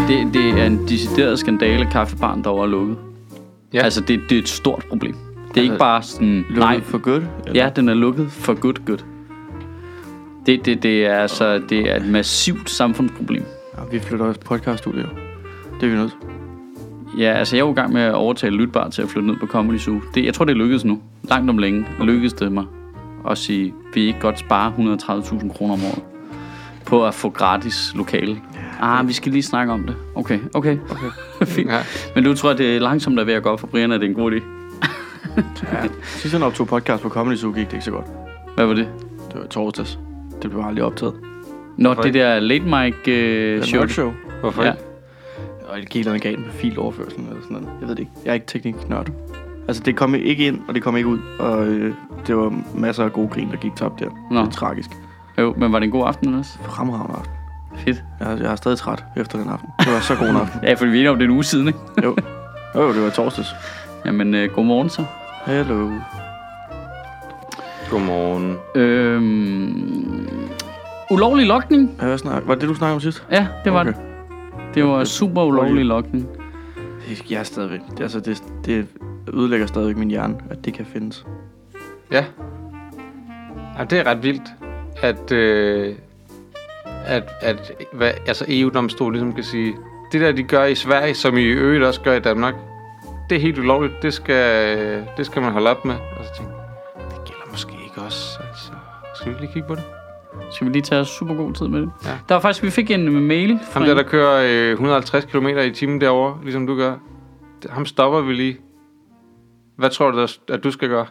Det er en decideret skandale, kaffebaren derovre er lukket. Ja. Altså, det er et stort problem. Det er ikke bare sådan... Nej, for godt? Ja, den er lukket for godt. Det er altså det er et massivt samfundsproblem. Ja, vi flytter også podcaststudio. Det er vi nødt. Ja, altså jeg er jo i gang med at overtale Lytbar til at flytte ned på Comedy Zoo. Jeg tror, det lykkedes nu. Langt om længe lykkedes det mig at sige, vi ikke godt spare 130.000 kroner om året på at få gratis lokale. Vi skal lige snakke om det. Okay. Fint. Ja. Men du tror, det er langsomt der ved at gå op for Brian, at det er en god idé? Ja, sidst han optog podcast på Comedy Zoo, gik det ikke så godt. Hvad var det? Det var torsdags. Det blev aldrig optaget. Nå, det der late mic show. Hvorfor ikke? Og det gik noget galt med filoverførselen eller sådan noget. Jeg ved det ikke. Jeg er ikke tekniknørd. Altså, det kom ikke ind, og det kom ikke ud. Og det var masser af gode grin, der gik tabt der. Nå. Det er tragisk. Jo, men var det en god aften også? Fremragende aften. Fedt. Jeg er stadig træt efter den aften. Det var så god en aften. Ja, for vi er enige om det en uge siden, ikke? Jo, det var torsdags. Jamen, godmorgen så. Hallo. Godmorgen. Ulovlig logning. Var det du snakkede om sidst? Ja, det var det. Det var super ulovlig logning. Jeg er stadigvæk. Det ødelægger stadigvæk min hjerne, at det kan findes. Ja. Det er ret vildt, at EU-domstolen ligesom kan sige, det der de gør i Sverige, som i øvrigt også gør i Danmark, det er helt ulovligt. Det skal man holde op med. Og så tænker det gælder måske ikke også. Altså, skal vi lige kigge på det? Skal vi lige tage super god tid med det? Ja. Der var faktisk, vi fik en mail fra ham der kører 150 km i timen derovre, ligesom du gør. Ham stopper vi lige. Hvad tror du, at du skal gøre?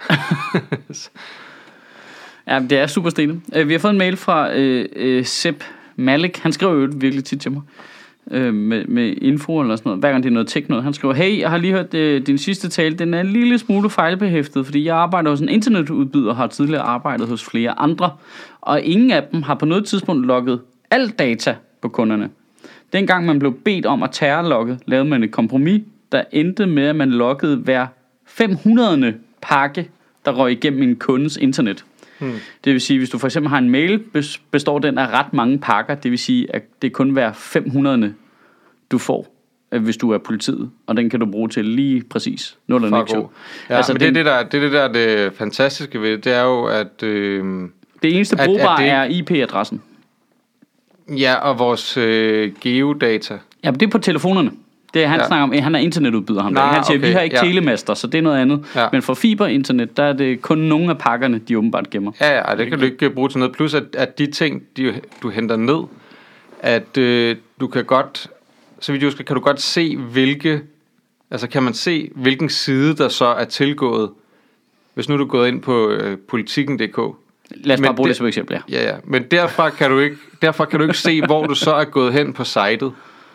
Ja, det er super stenet. Vi har fået en mail fra Sepp Malik. Han skriver jo virkelig tit til mig. Med info eller sådan noget. Hver gang det er noget tech noget. Han skriver, hey, jeg har lige hørt din sidste tale. Den er en lille smule fejlbehæftet, fordi jeg arbejder hos en internetudbyder og har tidligere arbejdet hos flere andre. Og ingen af dem har på noget tidspunkt logget alt data på kunderne. Dengang man blev bedt om at terrorlogge, lavede man et kompromis, der endte med, at man loggede hver 500. pakke, der røg igennem en kundes internet. Det vil sige, hvis du for eksempel har en mail, består den af ret mange pakker. Det vil sige, at det er kun hver 500. du får, hvis du er politiet. Og den kan du bruge til lige præcis 0 og niks. Ja, altså, men det er det fantastiske ved det, er jo, at... det eneste brugbare er IP-adressen. Ja, og vores geodata. Ja, men det er på telefonerne. Det er, han snakker om, han er internetudbyder. Han siger, vi har ikke telemaster, så det er noget andet. Ja. Men for fiberinternet, der er det kun nogle af pakkerne, de åbenbart gemmer. Ja, det kan du ikke bruge til noget. Plus, at de ting, du henter ned, at du kan godt, så vidt jeg husker, kan du godt se, kan man se, hvilken side, der så er tilgået. Hvis nu du er gået ind på politikken.dk. Lad os bare bruge det som eksempel, ja. Men derfra kan du ikke se, hvor du så er gået hen på sitet.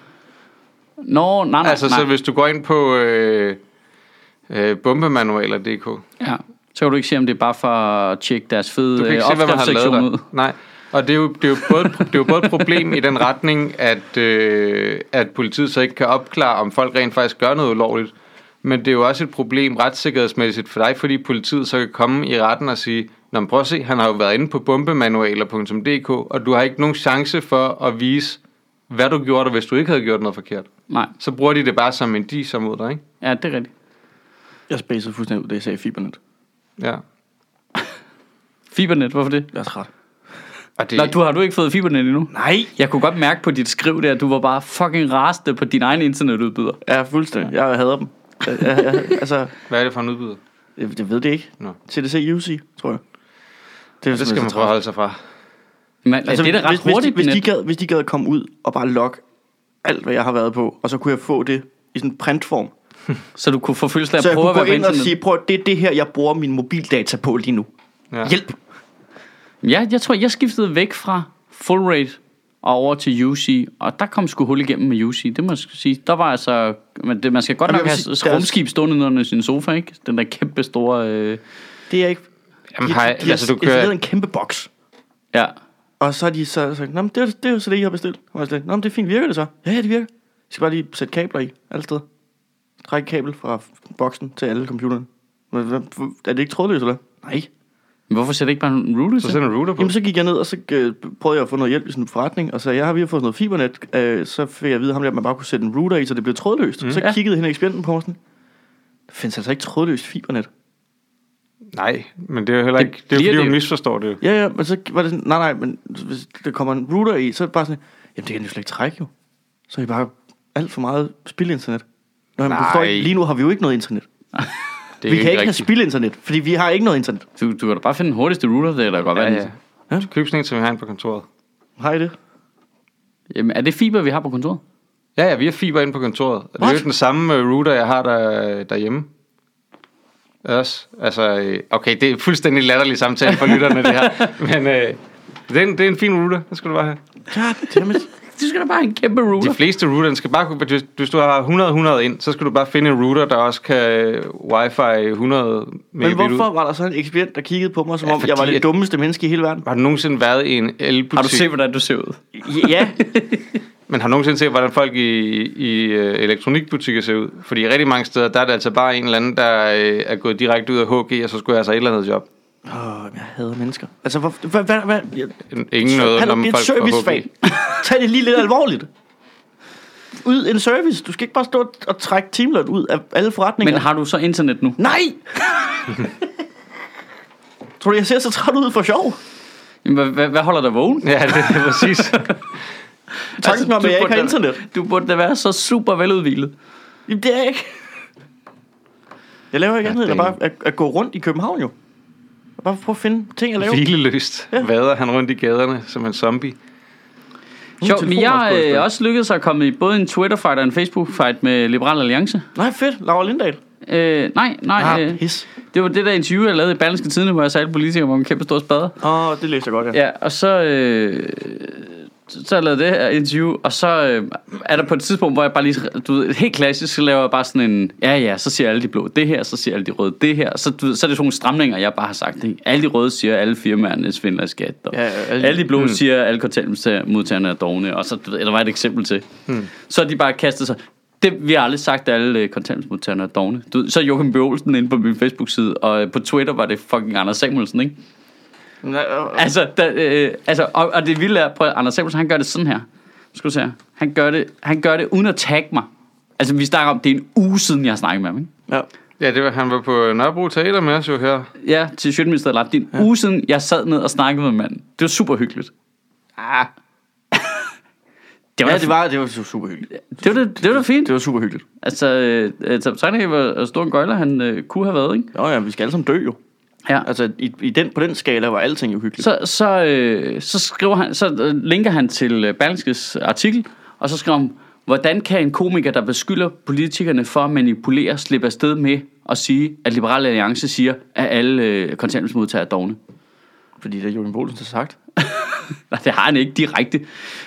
Nej. Så hvis du går ind på bombemanualer.dk. Ja, så kan du ikke se, om det er bare for at tjekke deres fede opskriftssektion ud. Nej, og det er jo både et problem i den retning, at politiet så ikke kan opklare, om folk rent faktisk gør noget ulovligt. Men det er jo også et problem retssikkerhedsmæssigt for dig, fordi politiet så kan komme i retten og sige, nå, men prøv at se, han har jo været inde på bombemanualer.dk, og du har ikke nogen chance for at vise, hvad du gjorde, hvis du ikke havde gjort noget forkert. Nej. Så bruger de det bare som en dis mod dig, ikke? Ja, det er rigtigt. Jeg spacede fuldstændig ud, da jeg sagde fibernet. Ja. Fibernet, hvorfor det? Jeg er træt. Har du ikke fået fibernet endnu? Nej. Jeg kunne godt mærke på dit skriv der, at du var bare fucking rasende på din egen internetudbyder. Ja, fuldstændig. Jeg hader dem. Altså, hvad er det for en udbyder? Jeg ved det ikke. CDC UC, tror jeg. Det skal man prøve at holde sig fra. Men altså, det er da ret hurtigt. Hvis de gad komme ud og bare logge alt, hvad jeg har været på, og så kunne jeg få det i sådan en printform. Så du kunne få følelse af at prøve at være på internet. Så jeg kunne gå ind og sige, prøv, det er det her, jeg bruger min mobildata på lige nu. Ja. Hjælp! Ja, jeg tror, jeg skiftede væk fra full rate og over til UC, og der kom sgu hul igennem med UC. Det må jeg sige. Der var altså... Man skal godt nok have rumskib stående under sin sofa, ikke? Den der kæmpe store... Det er ikke... Jamen, du kører en kæmpe boks. Ja. Og så har de så sagt, nå, men det er jo så det, I har bestilt. Nå, men det er fint, virker det så? Ja, det virker. Jeg skal bare lige sætte kabler i, alle steder. Trække kabel fra boksen til alle computerne. Er det ikke trådløst, eller? Nej. Men hvorfor sætter ikke bare en router til? Så sender en router på. Jamen, så gik jeg ned, og så prøvede jeg at få noget hjælp i sådan en forretning, og så jeg har lige fået noget fibernet, så fik jeg at vide ham der, at man bare kunne sætte en router i, så det blev trådløst. Så kiggede hende ekspedienten på mig sådan, der findes altså ikke trådløst fibernet. Nej, men det er jo heller ikke, det er jo fordi, du misforstår det. Ja, men så var det sådan, nej, men hvis der kommer en router i, så er det bare sådan, jamen det kan jo slet ikke trække jo. Så er det bare alt for meget spilinternet. Nå, men du forstår ikke, lige nu har vi jo ikke noget internet. Vi kan ikke have spilinternet, fordi vi har ikke noget internet. Du kan da bare finde den hurtigste router, det der godt være. Ja. Køb sådan en, som vi har på kontoret. Har I det? Jamen, er det fiber, vi har på kontoret? Ja, vi har fiber inde på kontoret. Det er jo den samme router, jeg har derhjemme. Også. Altså, okay, det er fuldstændig latterlig samtale for lytterne, det her. Men det er en fin router, det skal du bare have. Goddammit. Du skal da bare have en kæmpe router. De fleste router, skal bare, hvis du har 100 ind, så skal du bare finde en router, der også kan wifi 100 megabit. Men hvorfor var der så en ekspedient, der kiggede på mig, som om jeg var det dummeste menneske i hele verden? Har du nogensinde været i en elbutik? Har du set, hvordan du ser ud? Ja. Men har du nogensinde set, hvordan folk i elektronikbutikker ser ud? Fordi rigtig mange steder, der er det altså bare en eller anden, der er gået direkte ud af HG, og så skulle jeg altså et eller andet job. Jeg hader mennesker. Altså, hvad? Ingen noget om folk fra HG. servicefag. Tag det lige lidt alvorligt. Ud en service. Du skal ikke bare stå og trække timeløn ud af alle forretninger. Men har du så internet nu? Nej! Tror du, jeg ser så træt ud for sjov? Jamen, hvad holder dig vågen? Ja, det er præcis. Tanken om, at jeg ikke har internet. Du burde da være så super veludvilet. Jamen, det er jeg ikke. Jeg laver ikke andet end bare at gå rundt i København jo. Og bare prøve at finde ting at lave. Hvileløst vader han rundt i gaderne som en zombie. Sjovt, men jeg er også lykkedes at komme i både en Twitter-fight og en Facebook-fight med Liberal Alliance. Nej, fedt. Laura Lindahl. Nej. Pis. Det var det der interview, jeg lavede i Berlingske Tidende, hvor jeg sagde, at politikere var en kæmpe stor spader. Det læste jeg godt, ja. Ja, og så jeg lavede det her interview, og så er der på et tidspunkt, hvor jeg bare lige, du ved, helt klassisk, så laver jeg bare sådan en, så siger alle de blå det her, så siger alle de røde det her, så er det sådan nogle stramninger, jeg bare har sagt. Ikke? Alle de røde siger, alle firmaerne svindler i skat, og alle de blå siger, alle kontanthjælpsmodtagerne er dovne, og så, du ved, der var et eksempel til. Så de bare kastet sig. Det, vi har aldrig sagt, at alle kontanthjælpsmodtagerne er dovne. Så Joachim B. Olsen inde på min Facebook-side, og på Twitter var det fucking Anders Samuelsen, ikke? Og det vilde er, prøv, Anders Samuelsen, han gør det sådan her. Skal du se, han gør det uden at tagge mig. Altså, vi snakker om, det er en uge siden, jeg har snakket med ham, ikke? Ja, han var på Nørrebro Teater med os jo her. Ja, til Sjøtministeriet Lab. Det er en uge siden, jeg sad ned og snakkede med manden. Det var super hyggeligt. Det var super hyggeligt. Det var fint. Det var super hyggeligt. Altså, Tegner, hvor stor en gøjler han kunne have været, ikke? Ja, vi skal alle sammen dø jo. Ja. Altså på den skala var alting jo hyggeligt. Så skriver han, så linker han til Berlingskes artikel, og så skriver han, hvordan kan en komiker, der beskylder politikerne for at manipulere, slippe afsted med at sige, at Liberal Alliance siger, at alle kontanthjælpsmodtagere er dovne? Fordi det er Joachim B. Olsen, der har sagt. Nej, det har han ikke direkte.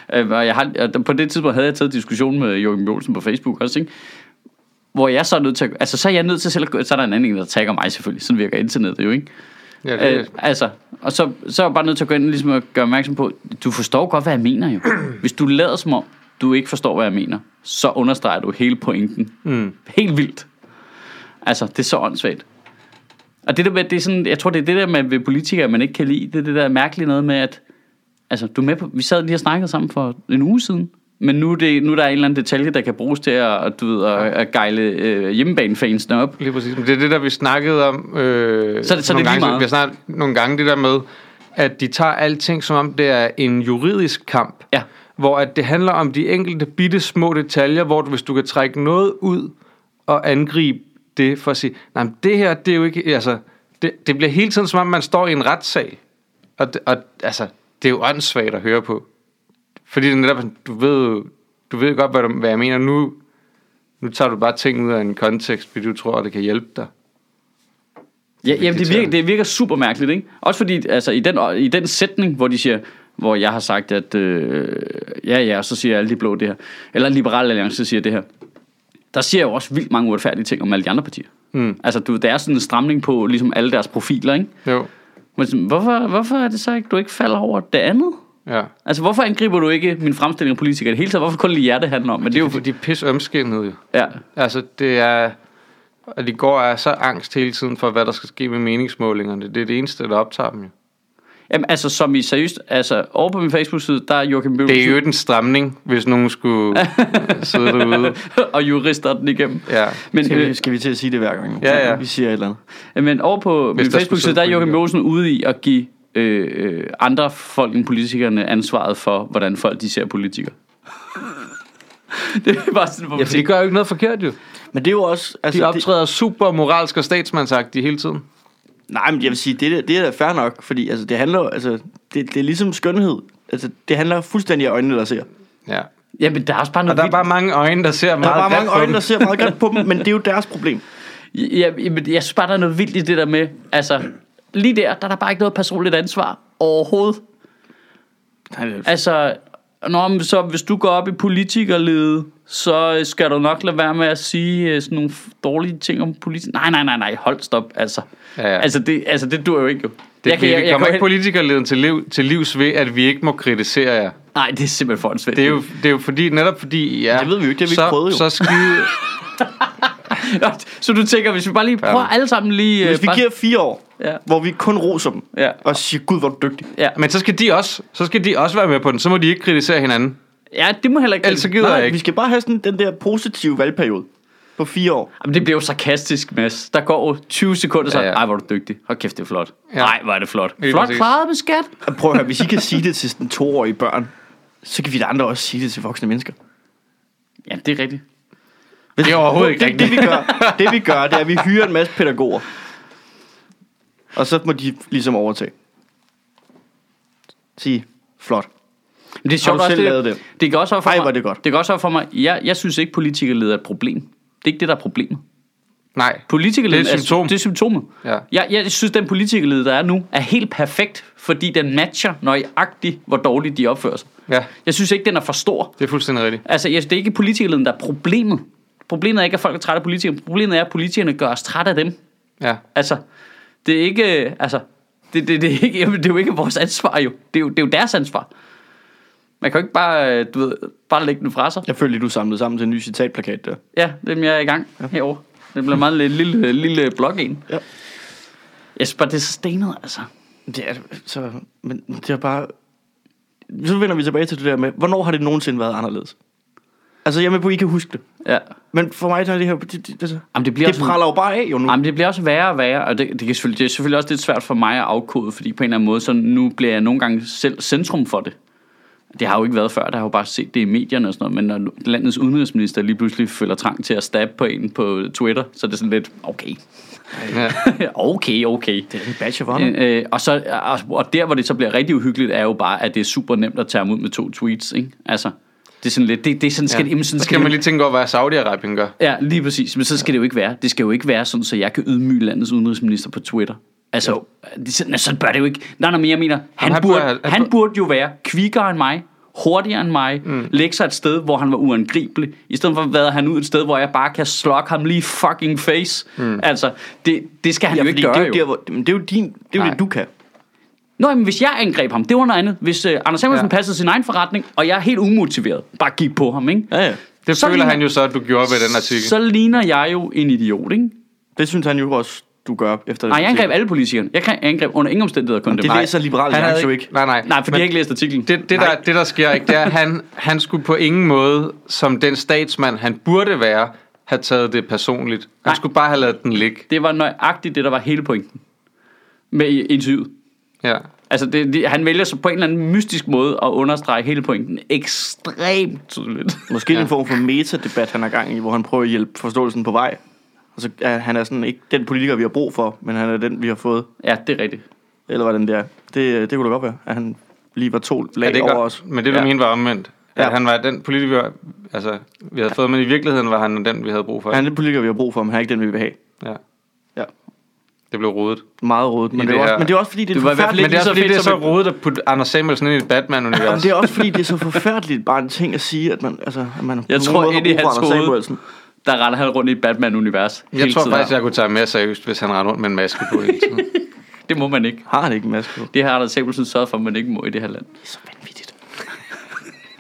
På det tidspunkt havde jeg taget diskussion med Joachim B. Olsen på Facebook også, ikke? Hvor jeg så er nødt til så er jeg nødt til selv at, så er der en anden, der tagger mig selvfølgelig. Sådan virker internettet jo, ikke? Ja, det og så er jeg bare nødt til at gå ind og ligesom at gøre opmærksom på, du forstår godt, hvad jeg mener jo. Hvis du lader som om, du ikke forstår, hvad jeg mener, så understreger du hele pointen. Helt vildt. Altså, det er så åndssvagt. Og det der med, det er sådan, jeg tror, det er det der med ved politikere, man ikke kan lide. Det er det der mærkelige noget med, at altså, du er med på, vi sad lige og snakkede sammen for en uge siden. Men nu er der en eller anden detalje, der kan bruges til at gejle hjemmebanefansene op. Lige præcis. Det er det der, vi snakkede om. Så det er lige meget. Vi har snakket nogle gange det der med, at de tager alting, som om det er en juridisk kamp. Ja. Hvor at det handler om de enkelte bitte små detaljer, hvor hvis du kan trække noget ud og angribe det for at sige, nej, det her, det er jo ikke, altså, det bliver hele tiden, som om man står i en retssag. Og altså, det er jo åndssvagt at høre på. Fordi det netop, du ved godt, hvad jeg mener. Nu tager du bare ting ud af en kontekst, fordi du tror, at det kan hjælpe dig. Ja, jamen det virker super mærkeligt, ikke? Også fordi, altså i den sætning, hvor de siger, hvor jeg har sagt, at så siger alle de blå det her, eller Liberal Alliance siger det her. Der siger jeg jo også vildt mange uretfærdige ting om alle de andre partier. Altså, der er sådan en stramning på ligesom alle deres profiler, ikke? Jo. Men hvorfor er det så ikke, du ikke falder over det andet? Ja. Altså, hvorfor angriber du ikke min fremstilling af politikere i det hele taget? Hvorfor kun lige hjertet handler om? Men det er jo fordi de er pis ømskinnede jo. Ja. Altså, det er Og de går er så angst hele tiden for, hvad der skal ske med meningsmålingerne. Det er det eneste, der optager dem jo. Jamen, altså, som I seriøst... Altså, over på min Facebook-side, der er Joachim B. Olsen... Det er jo en stramning, hvis nogen skulle sidde derude. og jurister den igennem. Ja. Men, Skal vi til at sige det hver gang? Ja. Vi siger et eller andet. Men over på min Facebook-side, der er Joachim B. Olsen ude i at give andre folk end politikerne ansvaret for, hvordan folk de ser politikere. Det er bare sådan, Ja, for de gør jo ikke noget forkert, jo. Men det er jo også... Altså, De optræder super moralsk og statsmandsagtige hele tiden. Nej, men jeg vil sige, det er da fair nok, fordi altså, det handler altså, det er ligesom skønhed. Altså, det handler fuldstændig af øjnene, der ser. Ja. Jamen, der er også bare noget Og der er bare mange øjne, der ser meget Der er bare mange grimt på øjne, dem. der ser meget grimt på dem, men det er jo deres problem. Ja, men jeg synes bare, der er noget vildt i det der med, altså, lige der er der bare ikke noget personligt ansvar overhovedet. Altså, så hvis du går op i politikerledet, så skal du nok lade være med at sige sådan nogle dårlige ting om politik. Nej, hold stop, altså. Ja. Altså, det dur jo ikke jo. Vi kommer ikke politikerleden til livs ved, at vi ikke må kritisere jer. Nej, det er simpelthen for en svært. Det er jo fordi, netop fordi, ja, det ved vi jo ikke, det har vi ikke prøvet jo. Så skide... Så du tænker, hvis vi bare lige prøver alle sammen lige... Hvis vi giver 4 år, Ja. hvor vi kun roser dem, Ja. og siger, gud, hvor er du dygtig. Ja. Men så skal de også være med på den. Så må de ikke kritisere hinanden. Ja, det må heller ikke... Ellers så gider jeg Nej, ikke. vi skal bare have sådan den der positive valgperiode på 4 år. Jamen, det bliver jo sarkastisk, Mads. Der går jo 20 sekunder, så... Ja. Ej, hvor er du dygtig. Hold kæft, det er flot. Ja. Nej, hvor er det flot. Helt Flot præcis. klaret med skat. Og prøv at høre, hvis I kan sige det til sådan 2-årige børn, så kan vi da andre også sige det til voksne mennesker. Ja, det er rigtigt. Hvis, Det er overhovedet ikke rigtigt. Det vi gør, det er, at vi hyrer en masse pædagoger. Og så må de ligesom overtage. Sige, flot. Men det er Har sjovt du også, selv lavet det? Det kan også være for Ej, mig. hvor er det godt. Det kan også være for mig. Jeg synes ikke, politikerleder er et problem. Det er ikke det, der er problemet. Nej, Politikerleden det er et symptom. Det er symptomet. Ja. Jeg synes, den politikerlede, der er nu, er helt perfekt, fordi den matcher nøjagtigt, hvor dårligt de opfører sig. Ja, Jeg synes ikke, den er for stor. det er fuldstændig rigtigt. Altså, det er ikke politikerleden, der er problemet. Problemet er ikke, at folk er trætte af politikere. Problemet er, at politikerne gør os trætte af dem. Ja. Altså, det er ikke... Altså, det er ikke, det er jo ikke vores ansvar, jo. Det er jo deres ansvar. Man kan jo ikke bare, bare lægge den fra sig. Jeg føler lige, du samlede sammen til en ny citatplakat der. Ja, det er jeg i gang herovre. Det bliver meget lille blok en. Ja. Jeg synes bare, det er så stenet, altså. Det er så... Men det er bare... Så vender vi tilbage til det der med, hvornår har det nogensinde været anderledes? Altså, jeg er med på, at I kan huske det. Ja. Men for mig, der er det her... Jamen, det bliver det praller jo bare af, jo nu. Jamen, det bliver også værre og værre, og det er selvfølgelig også lidt svært for mig at afkode, fordi på en eller anden måde, så nu bliver jeg nogle gange selv centrum for det. Det har jo ikke været før, der har jo bare set det i medierne og sådan noget, men når landets udenrigsminister lige pludselig føler trang til at stabbe på en på Twitter, så er det sådan lidt, okay. Ja. okay. Det er en badge of honor. Og der, hvor det så bliver rigtig uhyggeligt, er jo bare, at det er super nemt at tage ham ud med 2 tweets, ikke? Altså, det er sådan lidt, det er sådan, skal, Ja. Så skal man lige tænke over, hvad Saudi-Arabien gør. Ja, lige præcis, men så skal det jo ikke være. Det skal jo ikke være sådan, så jeg kan ydmyge landets udenrigsminister på Twitter. Altså, sådan bør det jo ikke. Nej, men jeg mener, han burde jo være kvikkere end mig, hurtigere end mig, lægge sig et sted, hvor han var uangribelig, i stedet for at være han ud et sted, hvor jeg bare kan slugge ham lige fucking face. Altså, det skal han jo ikke gøre, det er jo. Det er jo det, du kan. Nå, men hvis jeg angreb ham, det var noget andet. Hvis Anders Samuelsen passede sin egen forretning, og jeg er helt umotiveret, bare gik på ham, ikke? Ja. Det Så føler ligner- han jo så, at du gjorde ved den artikel. Så ligner jeg jo en idiot, ikke? Det synes han jo også, du gør efter det. Nej, jeg angreb alle politikerne. Jeg angreb under ingen omstændigheder kun Det dem. læser Liberale Han havde Alliance jo ikke. Nej, Nej, for de har ikke læst artiklen. Det der sker ikke, det er, at han skulle på ingen måde, som den statsmand, han burde være, have taget det personligt. Han Nej. skulle bare have ladet den ligge. Det var nøjagtigt det, der var hele pointen med interviewet. Ja. Altså, han vælger så på en eller anden mystisk måde at understrege hele pointen ekstremt tydeligt. Måske en form for metadebat, han er gang i, hvor han prøver at hjælpe forståelsen på vej. Og så er han er sådan ikke den politiker, vi har brug for, men han er den, vi har fået. Ja, det er rigtigt. Eller hvad den der. Det kunne da godt være, at han lige var 2 lag over os. Men det du mente var omvendt. Ja. At han var den politiker, altså, vi havde fået, men i virkeligheden var han den, vi havde brug for. Han er den politiker, vi har brug for, men han er ikke den, vi vil have. Ja. Ja. Det blev rodet. Meget rodet. Men, I det er det også, her- men det er også fordi, det er Det var i hvert fald Men det er også fordi, fedt det er så som et- rodet at putte Anders Samuelsen ind i et Batman-univers. Jamen, det er også fordi, det er så forfærdeligt bare en ting at sige, at man, altså, at man Jeg på tror, nogen måde inde i har brug for hans Anders hoved- Samuelsen. Der render han rundt i et Batman-univers. Jeg hele tror tiden. faktisk, jeg kunne tage ham mere seriøst, hvis han rendte rundt med en maske på hele tiden. Det må man ikke. Har han ikke en maske på? Det har Anders Samuelsen sørget for, at man ikke må i det her land. Det er så vanvittigt.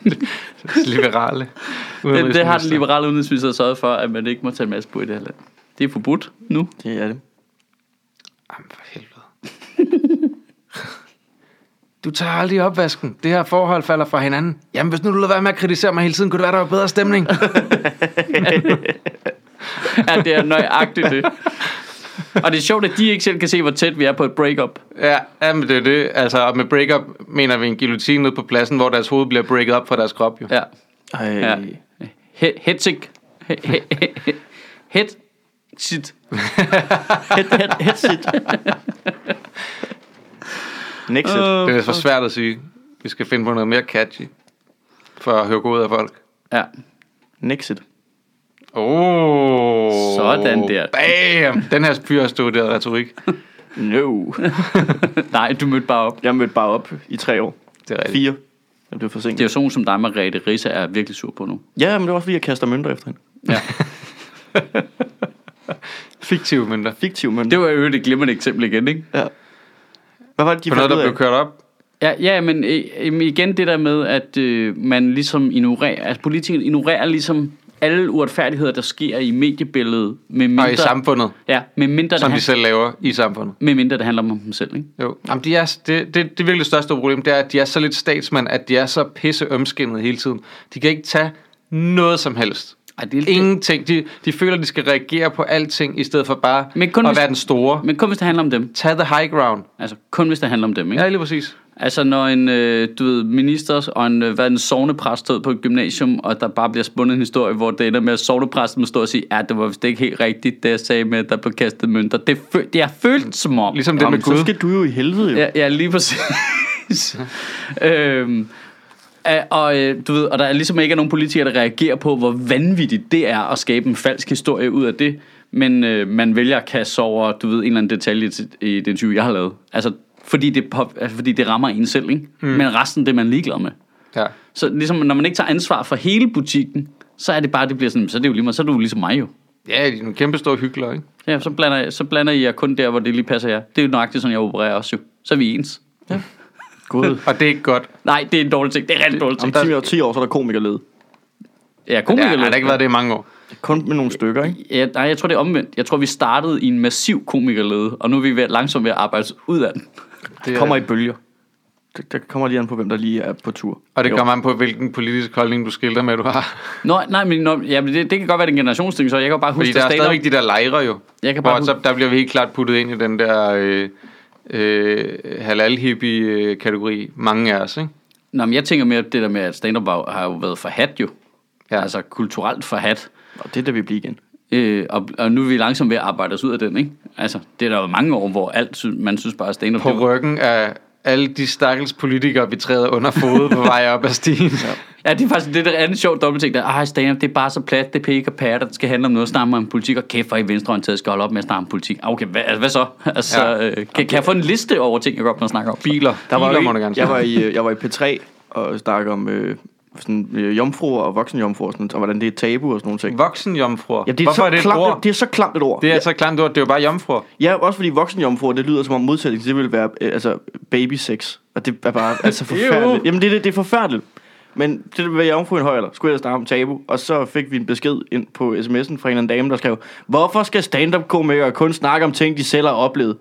Liberale. Det har den liberale udenrigsminister sørget for, at man ikke må tage en masse på i det her land. Det er forbudt nu. Det er det. Jamen for helvede. Du tager aldrig opvasken. Det her forhold falder fra hinanden. Jamen hvis nu du lader være med at kritisere mig hele tiden, kunne det være, der var bedre stemning. Ja, det er nøjagtigt det. Og det er sjovt, at de ikke selv kan se, hvor tæt vi er på et break-up. Ja, men det er det. Altså med break-up mener vi en guillotine ned på pladsen, hvor deres hoved bliver breaket op fra deres krop. Jo. Ja. Ej. Ja. Headsick. Headsit. Headset. Nexet. Det er så svært at sige. Vi skal finde på noget mere catchy for at høre god af folk. Ja. Nexet. Sådan der. Bam! Den her fyr har studeret retorik. No. Nej, du mødte bare op. Jeg mødte bare op i 3 år. Det er rigtigt. 4. Jeg blev forsinket. Det er jo sådan som dig, Margrethe Risse, er virkelig sur på nu. Ja, men det var også fordi, jeg kaster mønter efter hende. Ja. Fiktive mønter. Fiktiv mønter. Det var jo et glimrende eksempel igen, ikke? Ja. Hvad var det, de For noget, fandt ud der af? blev kørt op. Ja, men igen det der med, at man ligesom ignorerer, altså politikerne ignorerer ligesom alle uretfærdigheder, der sker i mediebilledet, med mindre, Og i samfundet, ja, med mindre, som de selv laver i samfundet. med mindre det handler om dem selv, ikke? Jo. Jamen, det virkelig største problem, det er, at de er så lidt statsmand, at de er så pisse ømskinnet hele tiden. De kan ikke tage noget som helst. Ej, det er Ingenting. De føler, at de skal reagere på alting, i stedet for bare at være den store. Men kun hvis det handler om dem. Tag the high ground. Altså kun hvis det handler om dem, ikke? Ja, lige præcis. Altså når en minister og en sognepræst stod på et gymnasium, og der bare bliver spundet en historie, hvor det ender med, at sognepræsten må stå og sige, det var vist ikke helt rigtigt, det jeg sagde med, at der blev kastet mønter. Det er følt som om. Ligesom det med Gud. Så skal du jo i helvede, jo. Ja, lige præcis. Du ved, og der er ligesom ikke nogen politikere, der reagerer på, hvor vanvittigt det er at skabe en falsk historie ud af det. Men man vælger at kaste over, du ved, en eller anden detalje i det interview, jeg har lavet. Altså, fordi det rammer en selv, ikke? Men resten, det er man ligeglad med. Ja. Så ligesom, når man ikke tager ansvar for hele butikken, så er det bare, det bliver sådan, så er det jo lige meget, så er du ligesom mig jo. Ja, de er nogle kæmpe store hyggelere, ikke? Ja, så blander I jer kun der, hvor det lige passer jer. Det er jo nøjagtigt sådan, jeg opererer også jo. Så er vi ens. Ja. God. Og det er ikke godt. Nej, det er en dårlig ting. Det er rigtig dårlig ting. Om 10 år, så er der komikerled. Ja, Ja, komikerled. har der ikke været det i mange år. Kun med nogle stykker, ikke? Ja, nej, jeg tror, det er omvendt. Jeg tror, vi startede i en massiv komikerlede, og nu er vi langsomt ved at arbejde ud af den. Det kommer i bølger. Der kommer lige an på, hvem der lige er på tur. Og det kommer an på, hvilken politisk holdning du skilter med, du har. Nej, men det kan godt være en generationsting, så jeg kan bare huske, Fordi der er stadigvæk de der lejre jo. Jeg kan bare hvor så, der bliver vi helt klart puttet ind i den der halal-hippie-kategori. Mange af os, ikke? Nå, men jeg tænker mere det der med, at stand-up har jo været forhat jo. Ja. Altså kulturelt forhat. Og det er der, vi bliver igen. Og nu er vi langsomt ved at arbejde os ud af den, ikke? Altså, det er der jo mange år, hvor man synes bare, at stand-up... På ryggen af alle de stakkels politikere, vi træder under fodet på vej op ad stien. Ja, det er faktisk det der andet sjovt dobbeltting, der stand-up, det er bare så plat, det er pæk og patter, det skal handle om noget, snakke om politik, og kæft, for I venstreorienteret skal holde op med at snakke om politik. Okay, hvad så? Altså, Ja. kan jeg få en liste over ting, jeg godt må snakke om? Biler. Biler må du gerne sige. Jeg var i P3 og snakkede om sådan, jomfruer og voksenjomfruer, sådan, og hvordan det er tabu og sådan nogle ting. Voksenjomfruer. Ja, det er Hvorfor så er det et klamt, ord? det er så klamt et ord. Det er så klamt ord, det er jo bare jomfruer. Ja, også fordi voksenjomfruer, det lyder som om modsætning, det vil være altså baby sex. Og det er bare altså forfærdeligt. Jamen det er forfærdeligt. Men det var jomfru i en høj alder, skulle jeg snakke om tabu, og så fik vi en besked ind på sms'en fra en eller anden dame, der skrev, hvorfor skal stand-up-komikere kun snakke om ting, de selv har oplevet?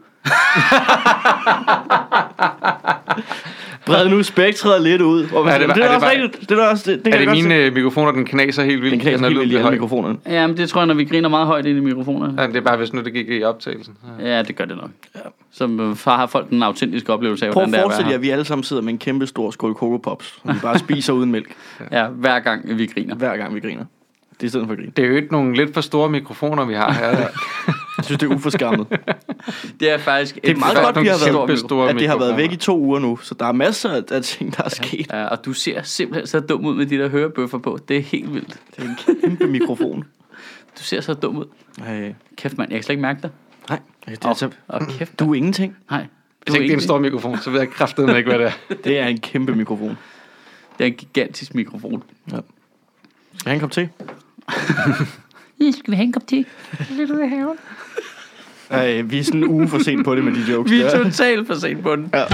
Bred nu spektret lidt ud. Er det mine mikrofoner, den knaser helt vildt? Den knaser helt vildt i alle mikrofonerne. Ja, men det tror jeg, når vi griner meget højt ind i mikrofonerne. Ja, det er bare, hvis nu det gik i optagelsen. Ja, det gør det nok. Ja. Så har folk den autentiske oplevelse af, Prøv hvordan at det er forestille jer, at vi alle sammen sidder med en kæmpe stor skål Coco Pops, som vi bare spiser uden mælk. Ja, hver gang vi griner. Hver gang vi griner. Det er i stedet for at grine. Det er jo ikke nogle lidt for store mikrofoner, vi har her. Jeg synes, det er uforskammet. Det er faktisk... Det er meget godt, vi har været, store at det har været mikrofoner. væk i 2 uger nu, så der er masser af ting, der er sket. Ja, og du ser simpelthen så dum ud med de der hørebøffer på. Det er helt vildt. Det er en kæmpe mikrofon. Du ser så dum ud. Kæft, mand, jeg kan slet ikke mærke dig. Nej, det er altså, Kæft, du er ingenting. nej. Hvis ikke det er en stor mikrofon, så ved jeg kraftedeme ikke, hvad det er. Det er en kæmpe mikrofon. Det er en gigantisk mikrofon. Ja. Skal jeg have en kop te? Skal vi have en kop te? Vi er sådan en uge for sent på det med de jokes. Vi er totalt for sent på den. Ja.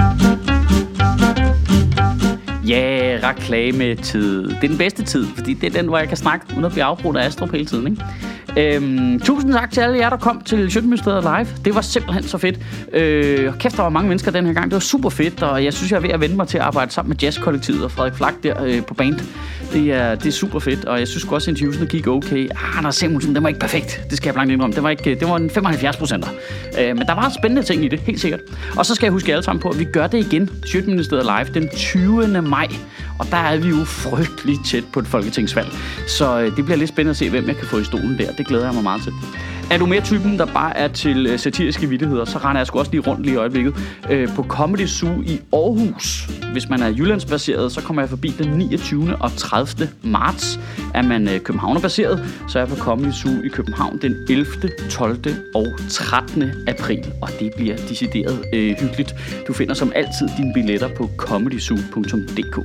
Ja, reklametid. Det er den bedste tid, fordi det er den, hvor jeg kan snakke uden at blive afbrudt af Astrup hele tiden, ikke? Tusind tak til alle jer, der kom til Sjøtministeriet Live. Det var simpelthen så fedt. Kæft, der var mange mennesker den her gang. Det var super fedt, og jeg synes, jeg er ved at vende mig til at arbejde sammen med Jazzkollektivet og Frederik Flak der på band. Det er super fedt, og jeg synes også, at interviewsene gik okay. Anders Samuelsen, den var ikke perfekt. Det skal jeg blankt indrømme. Det var en 75%. Men der var spændende ting i det, helt sikkert. Og så skal jeg huske alle sammen på, at vi gør det igen. Sjøtministeriet Live den 20. maj. Og der er vi jo frygtelig tæt på et folketingsvalg. Så det bliver lidt spændende at se, hvem jeg kan få i stolen der. Det glæder jeg mig meget til. Er du mere typen, der bare er til satiriske vittigheder, så render jeg sgu også lige rundt lige i øjeblikket på Comedy Zoo i Aarhus. Hvis man er jyllandsbaseret, så kommer jeg forbi den 29. og 30. marts. Er man københavnerbaseret, så er jeg på Comedy Zoo i København den 11., 12. og 13. april. Og det bliver decideret hyggeligt. Du finder som altid dine billetter på comedysoo.dk.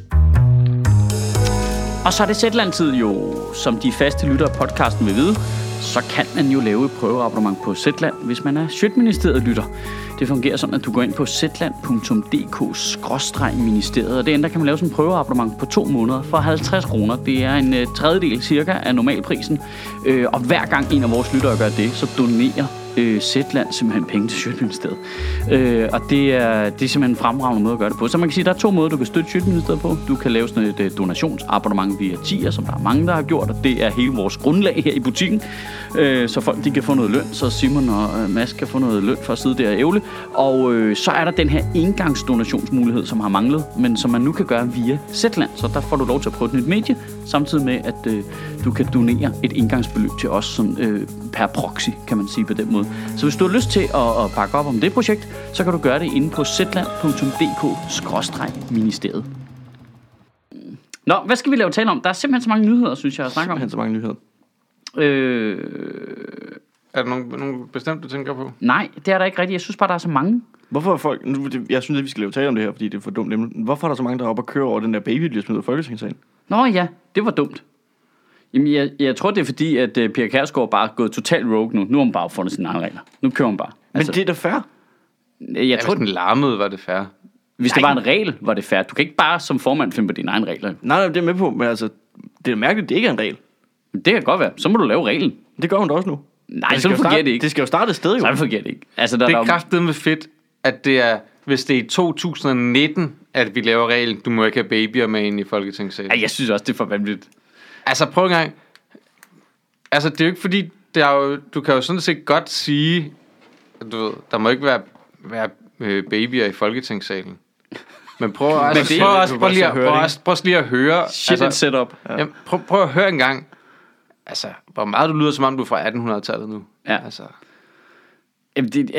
Og så er det Zetland-tid jo, som de faste lyttere af podcasten vil vide. Så kan man jo lave et prøveabonnement på Zetland, hvis man er Sjøtministeriet-lytter. Det fungerer sådan, at du går ind på zetland.dk/ministeriet, og derinde kan man lave sådan en prøveabonnement på 2 måneder for 50 kroner. Det er en tredjedel cirka af normalprisen, og hver gang en af vores lyttere gør det, så donerer Zetland simpelthen penge til Sjøtministeriet. Og det er simpelthen en fremragende måde at gøre det på. Så man kan sige, at der er 2 måder, du kan støtte Sjøtministeriet på. Du kan lave sådan et donationsabonnement via Tier, som der er mange, der har gjort, og det er hele vores grundlag her i butikken. Så folk de kan få noget løn, så Simon og Mads kan få noget løn for at sidde der og ævle. Og så er der den her engangsdonationsmulighed, som har manglet, men som man nu kan gøre via Zetland. Så der får du lov til at prøve et nyt medie, samtidig med, at du kan donere et engangsbeløb til os sådan, per proxy, kan man sige på den måde. Så hvis du har lyst til at bakke op om det projekt, så kan du gøre det inde på zetland.dk/ministeriet. Nå, hvad skal vi lave tale om? Der er simpelthen så mange nyheder, synes jeg, at snakke om. Simpelthen så mange nyheder. Er der nogle bestemte, du tænker på? Nej, det er der ikke rigtigt. Jeg synes bare, der er så mange. Hvorfor er folk... Jeg synes, at vi skal lave tale om det her, fordi det er for dumt. Hvorfor er der så mange, der er oppe og kører over den der baby, der bliver smidt ud af Folketingssalen? Nå ja, det var dumt. Jamen, jeg tror, det er fordi, at Pia Kjærsgaard bare er gået totalt rogue nu. Nu har hun bare fundet sine egne regler. Nu kører hun bare. Altså, men det er da fair. Jeg tror, hvis den larmede, var det fair. Hvis det var en regel, var det fair. Du kan ikke bare som formand finde på dine egne regler. Nej, det er med på, men altså, det er mærkeligt, det ikke er en regel. Det kan godt være. Så må du lave reglen. Det gør hun da også nu. Nej, så fungerer det ikke. Det skal jo starte et sted, jo. Så fungerer det ikke. Altså, det er kraftedeme fedt, at det er, hvis det er i 2019, at vi laver reglen, du må ikke have babyer med ind i Folketingssalen. Ja, jeg synes også, det er for vanvittigt. Altså, prøv en gang. Altså, det er jo ikke fordi, det er jo, du kan jo sådan set godt sige, du ved, der må ikke være babyer i Folketingssalen. Men prøv lige at høre. Shit, altså, setup. Ja. Prøv at høre en gang. Altså, hvor meget du lyder, som om du er fra 1800-tallet nu. Ja. Altså. Jamen,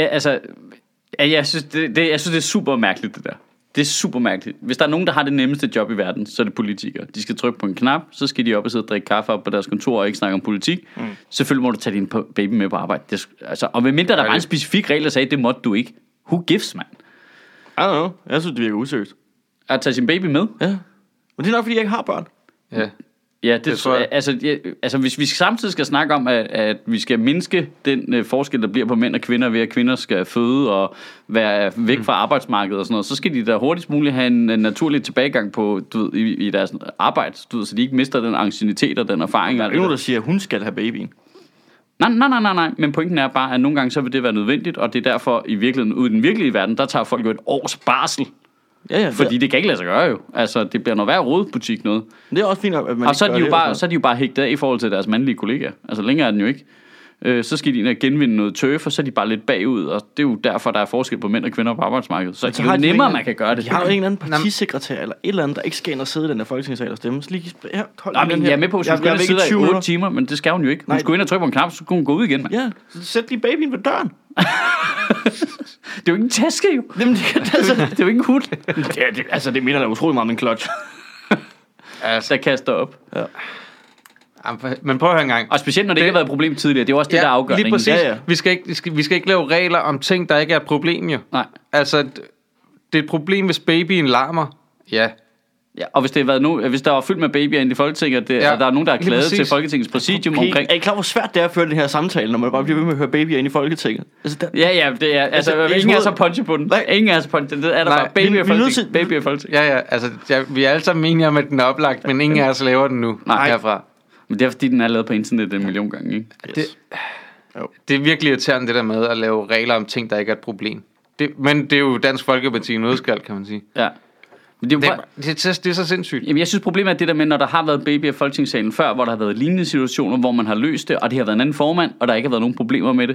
jeg synes, det er super mærkeligt, det der. Det er super mærkeligt. Hvis der er nogen, der har det nemmeste job i verden, så er det politikere. De skal trykke på en knap, så skal de op og sidde og drikke kaffe op på deres kontor og ikke snakke om politik. Selvfølgelig må du tage din baby med på arbejde. Og medmindre der var en specifik regel, der sagde, det måtte du ikke. Who gives, man? I don't know. Jeg synes, det virker useriøst. At tage sin baby med? Ja. Men det er nok, fordi jeg ikke har børn. Ja. Ja, altså hvis vi samtidig skal snakke om, at vi skal mindske den forskel, der bliver på mænd og kvinder, ved at kvinder skal føde og være væk fra arbejdsmarkedet og sådan noget, så skal de da hurtigst muligt have en naturlig tilbagegang på, du ved, i deres arbejde, du ved, så de ikke mister den anciennitet og den erfaring. Der er nogen, der siger, at hun skal have babyen. Nej, men pointen er bare, at nogle gange så vil det være nødvendigt, og det er derfor i virkeligheden, ude i den virkelige verden, der tager folk jo et års barsel. Ja, fordi det kan ikke lade sig gøre jo. Altså, det bliver noget værd rodebutik noget. Det er også fint, at man og så er de jo bare hægtet af i forhold til deres mandlige kollegaer. Altså, længere er den jo ikke. Så skal de ind og genvinde noget tøf, og så er de bare lidt bagud. Og det er jo derfor, der er forskel på mænd og kvinder på arbejdsmarkedet. Så det er jo nemmere, man kan gøre det. De har jo en eller anden partisekretær, eller et eller andet, der ikke skal ind og sidde i den der folketingssal og stemme. Så lige, jeg er med på, at hun skulle sidde der i 8 timer, men det skal hun jo ikke. Hun skulle ind og trykke på en knap, så kunne hun gå ud igen. Man. Ja, så sæt lige babyen ved døren. Det er jo ikke en taske, jo. Jamen, det er jo ikke en hud. Det minder da utrolig meget om en clutch. Der kaster op. Ja. Men prøv at høre en gang. Og specielt når det ikke har været et problem tidligere. Det er også det, der afgør. Lige præcis. Ja. Vi skal ikke lave regler om ting, der ikke er et problem, jo. Nej. Altså, det er et problem, hvis babyen larmer. Ja. Ja, og hvis der var fyldt med babyer inde i Folketinget, og der er nogen, der har klaget til Folketingets præsidium omkring... Er I klar, hvor svært det er at føre den her samtale, når man bare bliver ved med at høre babyer inde i Folketinget? Altså, Ja, det er... Altså, ingen er så punche på den. Ingen er så punche. Det er der bare babyer i Folketinget. Ja, altså, vi er alle sammen enige om, at den er oplagt, men ingen af os laver den nu herfra. Men det er fordi, den er lavet på internet en million gange, ikke? Det er virkelig irriterende, det der med at lave regler om ting, der ikke er et problem. Men det er jo Dansk Folkeparti i nødskal, kan man sige. Ja. Men det er så sindssygt. Jamen, jeg synes, problemet er det der med, når der har været baby i Folketingssalen før, hvor der har været lignende situationer, hvor man har løst det, og det har været en anden formand, og der ikke har været nogen problemer med det,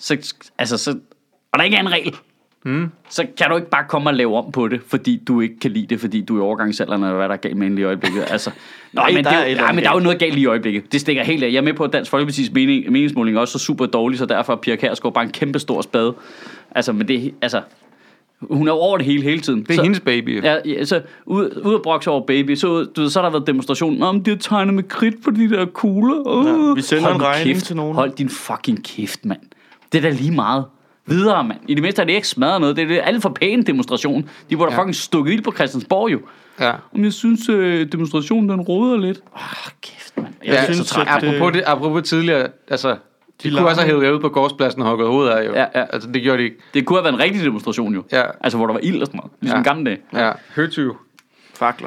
og der ikke er en regel, så kan du ikke bare komme og lave om på det, fordi du ikke kan lide det, fordi du er i overgangsalderen, eller hvad der er galt med en lige i øjeblikket. Altså, men der er jo noget galt lige i øjeblikket. Det stikker helt af. Jeg er med på, at Dansk Folkepartis meningsmåling er også så super dårlig, så derfor er Pia Kjærsgaard bare en kæmpe stor spade. Altså, men det, altså... Hun er jo over det hele tiden. Det er hendes baby. Ja, så ud at brokse over baby. Så har der været demonstrationen om, de har tegnet med kridt på de der kugler. Vi sender en regning til nogen. Hold din fucking kæft, mand. Det er da lige meget. Videre, mand. I det mindste er det ikke smadret noget. Det er alt for pæn demonstration. De var da fucking stukket ild på Christiansborg, jo. Ja. Men jeg synes, demonstrationen den roder lidt. Kæft, mand. Jeg synes, så apropos tidligere, altså... De kunne også have hævet jer ud på gårdspladsen og hugget hovedet af, jo. Ja. Altså, det gjorde de ikke. Det kunne have været en rigtig demonstration, jo. Ja. Altså, hvor der var ild og sådan noget. Ligesom gamle dage. Ja. Høtyv. Fakler.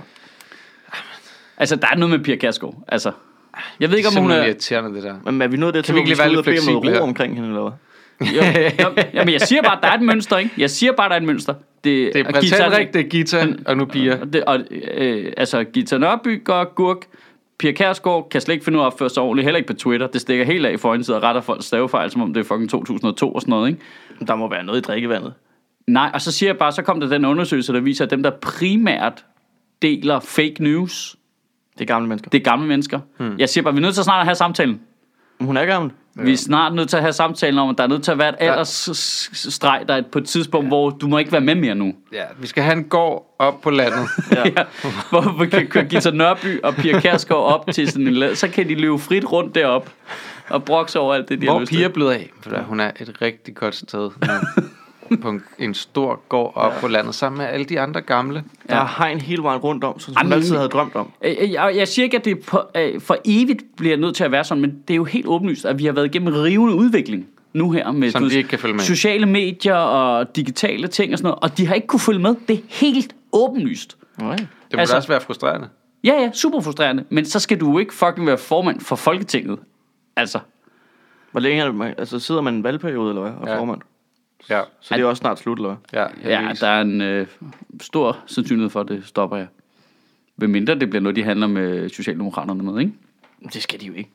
Altså, der er noget med Pia Kjærsgaard. Altså, jeg ved ikke, om hun er... Det er irriterende, det der. Men er vi nødt til at tage, være lidt fleksible noget ro omkring hende, eller hvad? Jamen, jeg siger bare, der er et mønster, ikke? Jeg siger bare, der er et mønster. Det er Bretanrik, det er Gita, og nu Pia. Altså, Gita Nørby går gurk. Pia Kjærsgaard kan slet ikke finde ud af at opføre sig ordentligt, heller ikke på Twitter. Det stikker helt af i forhåndsid og retter folks stavefejl, som om det er fucking 2002 og sådan noget, ikke? Der må være noget i drikkevandet. Nej, og så siger jeg bare, så kom der den undersøgelse, der viser, at dem, der primært deler fake news, det er gamle mennesker. Det er gamle mennesker. Jeg siger bare, vi er nødt til snart at have samtalen. Hun er gammel. Vi er snart nødt til at have samtalen om, at der er nødt til at være et aldersstreg, der er på et tidspunkt, hvor du må ikke være med mere nu. Ja, vi skal have en gård op på landet. Hvor vi kan køre Gita Nørby og Pia Kjærsgaard op til sådan en lad, så kan de løbe frit rundt derop og brokse over alt det, de har lyst til. Hvor Pia blevet af? For hun er et rigtig godt sted. På en stor gård op på landet, sammen med alle de andre gamle. Der er hegn hele vejen rundt om, som hun altid havde drømt om. Jeg siger ikke, at det for evigt bliver nødt til at være sådan, men det er jo helt åbenlyst, at vi har været igennem rivende udvikling nu her med sociale medier og digitale ting og sådan noget, og de har ikke kunne følge med. Det er helt åbenlyst. Nej. Det må også være frustrerende. Ja, super frustrerende, men så skal du jo ikke fucking være formand for Folketinget. Altså. Hvor længe er det, altså sidder man en valgperiode eller hvad, og formand? Ja. Så det er også snart slut, eller hvad? Ja, der er en stor sandsynlighed for, at det stopper jeg. Ved mindre det bliver noget, de handler med Socialdemokraterne med, ikke? Det skal de jo ikke.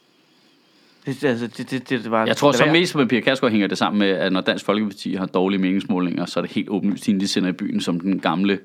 Jeg tror så mest med Pia Kjærsgaard hænger det sammen med, at når Dansk Folkeparti har dårlige meningsmålinger, så er det helt åbenlyst, hende de sender i byen som den gamle,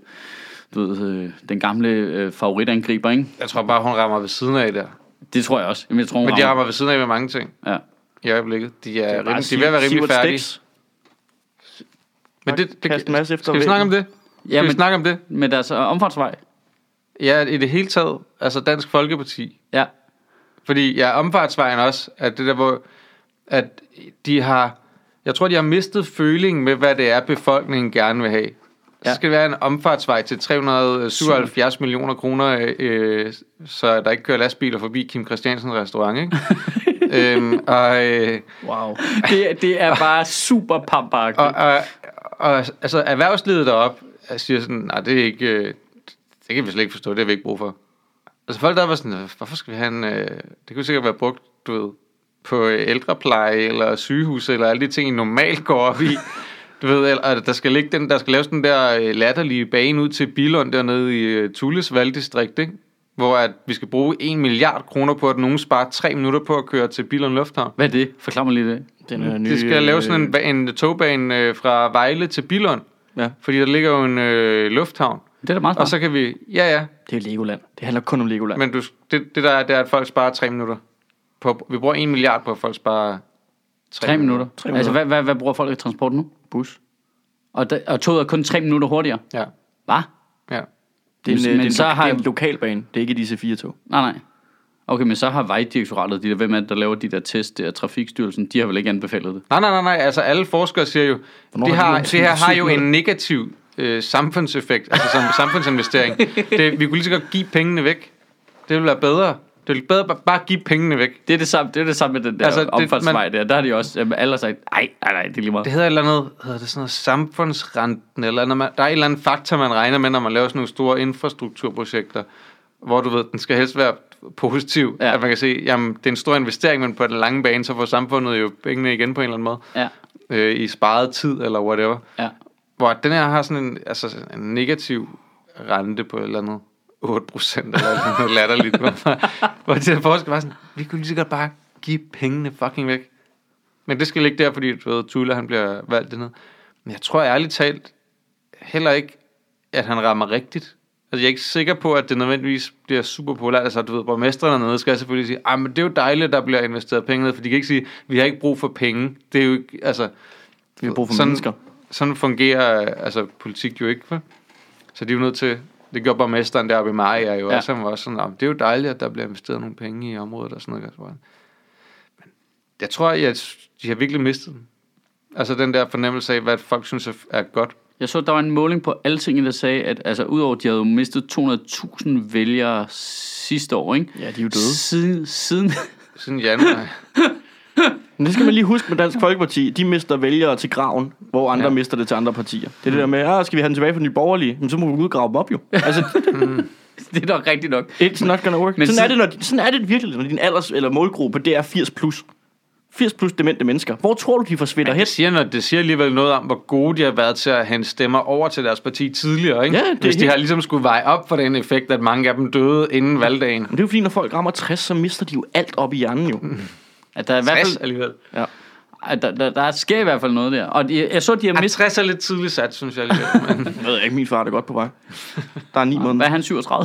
favoritangriber, ikke? Jeg tror bare, hun rammer ved siden af der. Det tror jeg også. Men de rammer ved siden af med mange ting. Ja. I øjeblikket. De er ved at være rimelig færdige. Men skal vi snakke om det? Skal vi snakke om det? Med deres omfartsvej? Ja, i det hele taget. Altså Dansk Folkeparti. Ja. Fordi omfartsvejen også, at det der, hvor at de har, jeg tror, de har mistet følingen med, hvad det er, befolkningen gerne vil have. Så skal det være en omfartsvej til 377 millioner kroner, så der ikke kører lastbiler forbi Kim Christiansen restaurant, ikke? Wow. Det er bare super pampagtigt. Og altså erhvervslivet deroppe siger sådan, nej, det er ikke, det kan vi slet ikke forstå, det har vi ikke brug for. Altså folk der var sådan, hvorfor skal vi have en, det kunne sikkert være brugt, du ved, på ældrepleje eller sygehus eller alle de ting, I normalt går op i. Du ved, eller der skal laves den der latterlige bane ud til Billund dernede i Tulles valgdistrikt, ikke? Hvor at vi skal bruge 1 milliard kroner på, at nogen sparer 3 minutter på at køre til Billund Lufthavn. Hvad er det? Forklar mig lige det. Det skal laves sådan en togbane fra Vejle til Billund. Ja. Fordi der ligger jo en lufthavn. Det er da meget smart. Og så kan vi, ja. Det er Legoland. Det handler kun om Legoland. Men det der er, at folk sparer 3 minutter. Vi bruger 1 milliard på, at folk sparer 3 minutter. Altså, hvad bruger folk i transport nu? Bus. Og toget er kun 3 minutter hurtigere? Ja. Hvad? Ja. Det er en lokalbane. Det er ikke disse 4 tog. Nej. Okay, men så har Vejdirektoratet, hvem er det, der laver de der test, der Trafikstyrelsen, de har vel ikke anbefalet det? Nej. Altså, alle forskere siger jo, det her har jo en negativ samfundseffekt, altså som samfundsinvestering. Vi kunne lige så godt give pengene væk. Det ville være bedre. Det ville bedre bare give pengene væk. Det er det samme med den der omfartsvej der. Der har de også alle sagt, nej, det er lige meget. Det hedder et eller andet, hedder det sådan noget samfundsrenten, eller der er et eller andet faktor, man regner med, når man laver sådan nogle store infrastrukturprojekter, hvor du ved, den skal helst være positiv, at man kan se, jamen, det er en stor investering, men på den lange bane, så får samfundet jo pengene igen på en eller anden måde. Ja. I sparet tid, eller whatever. Ja. Hvor den her har sådan en negativ rente på et eller andet 8% eller noget latterligt. Hvor det der forsker var sådan, vi kunne lige så godt bare give pengene fucking væk. Men det skal ligge der, fordi du ved, Tula han bliver valgt dernede. Men jeg tror ærligt talt heller ikke, at han rammer rigtigt. Altså jeg er ikke sikker på, at det nødvendigvis bliver super populært. Altså du ved, borgmestrene dernede skal selvfølgelig sige, men det er jo dejligt, at der bliver investeret penge ned, for de kan ikke sige, vi har ikke brug for penge. Det er jo ikke, altså... Vi har brug for mennesker. Sådan fungerer altså politik jo ikke, for. Så de er jo nødt til... Det gjorde borgmesteren deroppe i Maja jo også. Han var også sådan, det er jo dejligt, at der bliver investeret nogle penge i området og sådan noget. Men jeg tror, at de har virkelig mistet den. Altså den der fornemmelse af, hvad folk synes er godt. Jeg så, der var en måling på Altinget, der sagde, at altså, udover at de havde mistet 200.000 vælgere sidste år, ikke? Ja, de er jo døde. Siden januar. Men det skal man lige huske med Dansk Folkeparti. De mister vælgere til graven, hvor andre mister det til andre partier. Det er det der med, skal vi have den tilbage for Nye Borgerlige? Men så må vi udgrave dem op jo. Altså, det er nok rigtigt nok. It's not gonna work. Men sådan er det virkelig, når din alders- eller målgruppe, det er 80+. 80+ demente mennesker. Hvor tror du, de forsvinder hen? Det siger alligevel noget om, hvor gode de har været til at hente stemmer over til deres parti tidligere, ikke? Ja, hvis de har ligesom skulle veje op for den effekt, at mange af dem døde inden valgdagen. Men det er jo fordi, når folk rammer 60, så mister de jo alt op i hjernen jo. At der er i hvert fald alligevel. Ja. At der sker i hvert fald noget der. Og jeg så, de har mistet... 60 er lidt tidligt sat, synes jeg alligevel. Men... Jeg ved ikke, min far er godt på vej. Der er 9 måneder. Hvad er han, 37?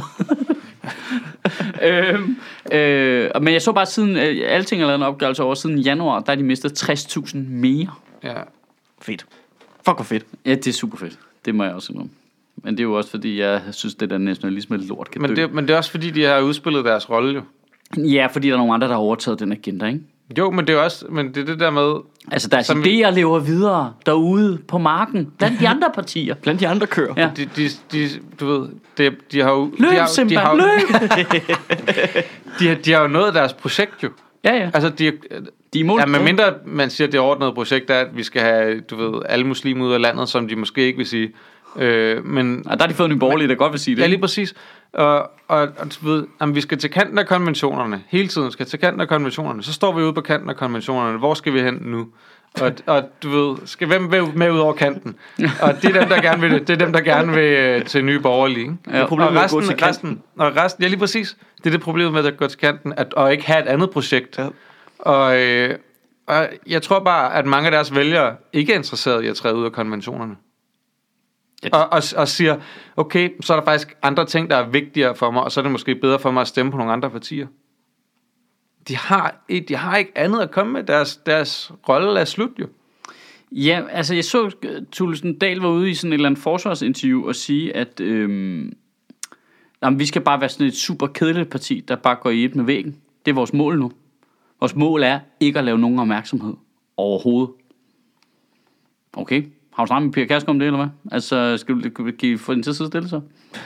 Men jeg så bare siden Alting har lavet en opgørelse over siden januar, der er de mistet 60.000 mere. Ja. Fedt. Fuck hvor fedt. Ja, det er super fedt. Det må jeg også indrømme. Men det er jo også fordi, jeg synes, det der nationalisme er lort kan dø. Men det er også fordi, de har udspillet deres rolle jo. Ja, fordi der er nogle andre, der har overtaget den agenda, ikke? Jo, men det er også, men det er det der med... Altså, deres idéer lever videre derude på marken, blandt de andre partier. Blandt de andre kører. Ja. Du ved, de har jo... Løb, Simba, løb! de har jo nået deres projekt jo. Ja. Altså, de er mål. Ja, medmindre man siger, at det overordnede projekt er, at vi skal have, du ved, alle muslimer ud af landet, som de måske ikke vil sige. Men der har de fået Nye Borgerlige, der godt vil sige det. Ja, lige præcis. Og du ved, vi skal til kanten af konventionerne. Hele tiden skal til kanten af konventionerne. Så står vi ude på kanten af konventionerne. Hvor skal vi hen nu? Og du ved, skal hvem med ud over kanten? Og det er dem, der gerne vil det. Det er dem, der gerne vil til Nye Borgerlige. Ja, og resten, ja, lige præcis. Det er det problem med at gå til kanten, og ikke have et andet projekt. Ja. Og jeg tror bare, at mange af deres vælgere ikke er interesserede i at træde ud af konventionerne. Og siger, okay, så er der faktisk andre ting, der er vigtigere for mig, og så er det måske bedre for mig at stemme på nogle andre partier. De har ikke andet at komme med. Deres rolle er slut jo. Ja, altså jeg så Thulesen Dahl var ude i sådan et eller andet forsvarsinterview og sige, at vi skal bare være sådan et super kedeligt parti, der bare går i et med væggen. Det er vores mål nu. Vores mål er ikke at lave nogen opmærksomhed overhovedet. Okay. Har du snakket med Pia Kjærsgaard om det, eller hvad? Altså, skal du få den til at sidde stille, så?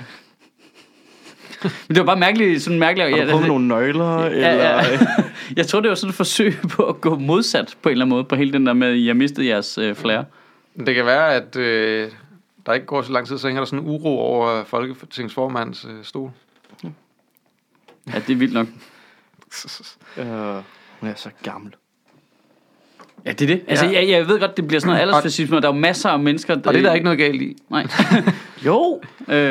Men det var bare mærkeligt. Sådan mærkeligt. Har du fået nogle nøgler? Eller? Jeg tror, det var sådan et forsøg på at gå modsat på en eller anden måde, på hele den der med, at jeg mistede jeres flair. Det kan være, at der ikke går så lang tid, så hænger der sådan en uro over Folketingsformandens stol. Ja, det er vildt nok. Hun er så gammel. Ja, det er det. Altså, jeg ved godt, det bliver sådan noget aldersfascisme, og der er jo masser af mennesker... Og det er der ikke noget galt i. Nej. Jo.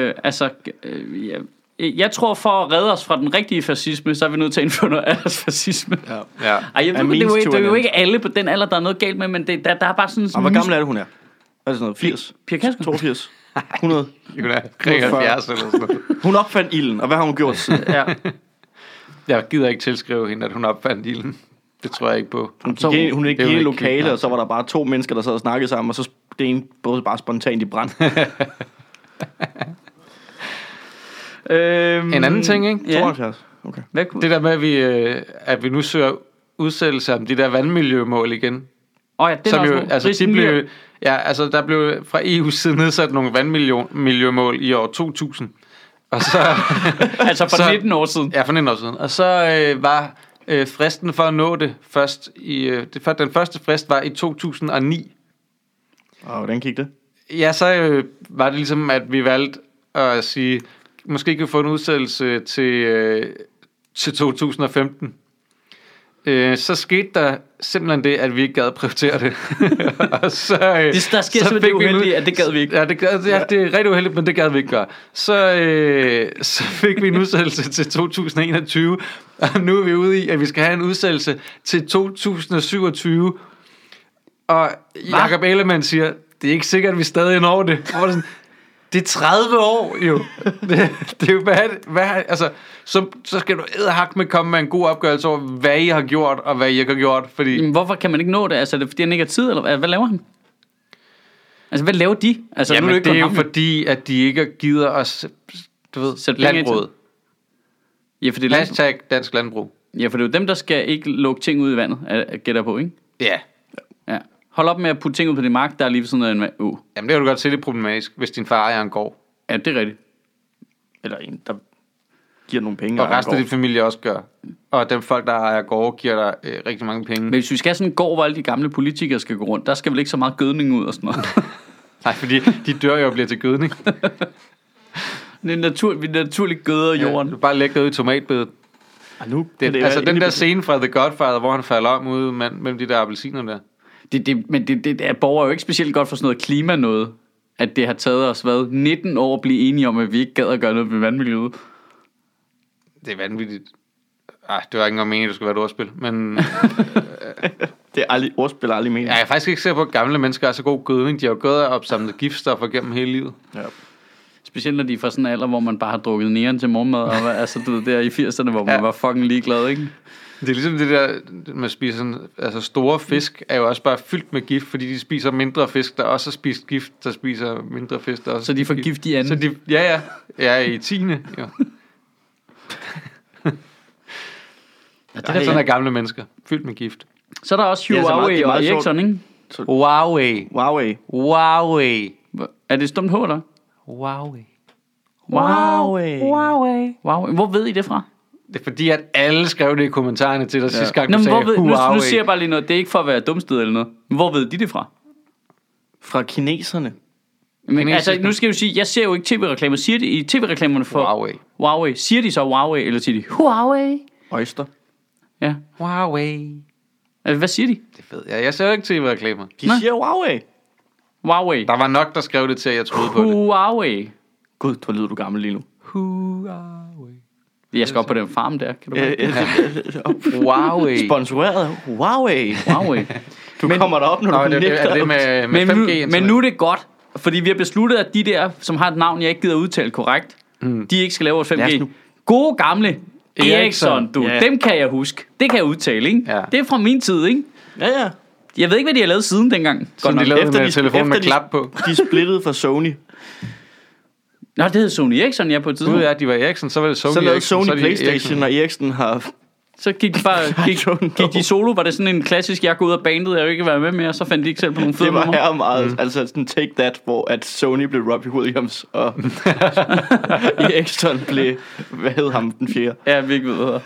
Jeg tror, for at redde os fra den rigtige fascisme, så er vi nødt til at indføre noget aldersfascisme. Ja. Ej, jeg ved, det er jo ikke alle på den alder, der er noget galt med, men der er bare sådan... Og hvor gammel er det, hun er? Er det sådan noget? 80? Pia Kjærsgaard? 82? 100? Hun er 73 eller sådan noget. Hun opfandt ilden, og hvad har hun gjort siden? Ja. Jeg gider ikke tilskrive hende, at hun opfandt ilden. Det tror jeg ikke på. Hun er ikke hele lokale, og så var der bare 2 mennesker, der sad og snakkede sammen, og så det ene både bare spontant i brand. En anden ting, ikke? Ja. 72. Okay. Det der med, at vi nu søger udsættelse af de der vandmiljømål igen. Ja, det er jo, altså, der blev fra EU's side nedsat nogle vandmiljømål i år 2000. Og så, altså for 19 år siden. Ja, for 19 år siden. Og så var fristen for at nå det først den første frist var i 2009. Og hvordan gik det? Ja, så var det ligesom, at vi valgte at sige, måske kan vi få en udsættelse til til 2015. Så skete der simpelthen det, at vi ikke gad prioritere det. Og så, der sker simpelthen det uheldige, at det gad vi ikke. Ja, det er rigtig uheldigt, men det gad vi ikke gøre. Så fik vi en udsættelse til 2021, og nu er vi ude i, at vi skal have en udsættelse til 2027. Og Jakob Ellemann siger, det er ikke sikkert, at vi stadig når det. Det er 30 år, jo. Det er jo, altså, så skal du edderhak med komme med en god opgørelse over, hvad I har gjort, og hvad I ikke har gjort. Fordi... Jamen, hvorfor kan man ikke nå det? Altså, er det fordi, han ikke har tid, eller hvad laver han? Altså, hvad laver de? Altså, jamen, nu er det er jo fordi, at de ikke gider os, du ved, landbruget. Ja, for det er Hashtag dansk landbrug. Ja, for det er jo dem, der skal ikke lukke ting ud i vandet, gætter på, ikke? Ja. Ja. Hold op med at putte ting ud på din mark, der er lige ved sådan noget en Jamen, det kan du godt se, det er problematisk, hvis din far ejer en gård. Ja, det er rigtigt. Eller en, der giver nogle penge. Og resten af din familie også gør. Og dem folk, der ejer gårde, giver dig rigtig mange penge. Men hvis vi skal have sådan en gård, hvor alle de gamle politikere skal gå rundt, der skal vel ikke så meget gødning ud og sådan noget. Nej, fordi de dør jo og bliver til gødning. Vi naturligt gøder jorden. Du bare lægger det ud i tomatbedet. Altså den der scene fra The Godfather, hvor han falder om ude mellem de der appelsiner der. Men det borger jo ikke specielt godt for sådan noget klima noget, at det har taget os 19 år at blive enige om, at vi ikke gad at gøre noget ved vandmiljøet. Det er vanvittigt. Det var ikke engang meningen, det skulle være et ordspil, men... det er aldrig, ordspil er aldrig meningen. Jeg er faktisk ikke sikker på, at gamle mennesker er så god gødning. De har jo gået og opsamlet giftstoffer gennem hele livet. Ja. Specielt når de er fra sådan en alder, hvor man bare har drukket næren til morgenmad, og altså du ved, der i 80'erne, hvor man var fucking ligeglad, ikke? Det er ligesom det der, man spiser sådan, altså store fisk er jo også bare fyldt med gift, fordi de spiser mindre fisk, der også har spist gift, der spiser mindre fisk, der også. Så de får gift i anden? Så ja, i 10. Ja. Det er sådan gamle mennesker, fyldt med gift. Så er der også Huawei og Ericsson, ikke? Huawei. Er det stumt H, der? Huawei. Hvor ved I det fra? Det er fordi, at alle skrev det i kommentarerne til dig sidste gang, du sagde Huawei. Nu siger jeg bare lige noget. Det er ikke for at være dumsted eller noget. Hvor ved de det fra? Fra kineserne. Men altså, nu skal jeg jo sige, jeg ser jo ikke tv-reklamer. Siger de i tv-reklamerne for Huawei? Siger de så Huawei, eller siger de Huawei? Oyster. Ja. Huawei. Altså, hvad siger de? Det ved jeg. Jeg ser jo ikke tv-reklamer. De siger Huawei. Huawei. Der var nok, der skrev det til, at jeg troede på det. Huawei. Gud, hvor lyder du gammel lige nu. Huawei. Jeg skal op på den farm der, kan du Huawei. Sponsoreret af Huawei. Du kommer derop, når du nægter. Det med 5G. Men nu er det godt, fordi vi har besluttet, at de der, som har et navn, jeg ikke gider udtale korrekt, de ikke skal lave vores 5G. Gode gamle Ericsson, du. Ja. Dem kan jeg huske. Det kan jeg udtale, ikke? Ja. Det er fra min tid, ikke? Ja. Jeg ved ikke, hvad de har lavet siden dengang. Som de lavede med telefon med klap på. De splittede fra Sony. Nå, det hed Sony Ericsson, ja, på et tidspunkt. Ja, de var Ericsson, så var det Sony så Ericsson. Så lavede Sony PlayStation, og Ericsson har... Så gik de bare gik de solo. Var det sådan en klassisk, jeg går ud af bandet, jeg vil ikke være med mere, så fandt de ikke selv på nogle fede numre. Det var her meget, altså sådan Take That, hvor at Sony blev Robbie Williams, og Ericsson blev, hvad hed ham, den fjerde? Ja, vi ikke ved, hvad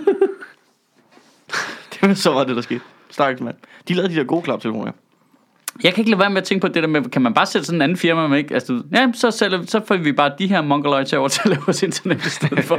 det var så meget det, der skete. Stakkels mand. De lavede de der gode klaptelefoner. Jeg kan ikke lade være med at tænke på det der med, kan man bare sætte sådan en anden firma, man ikke, altså, ja, så får vi bare de her mongoloid til over til at lave vores internet i stedet for.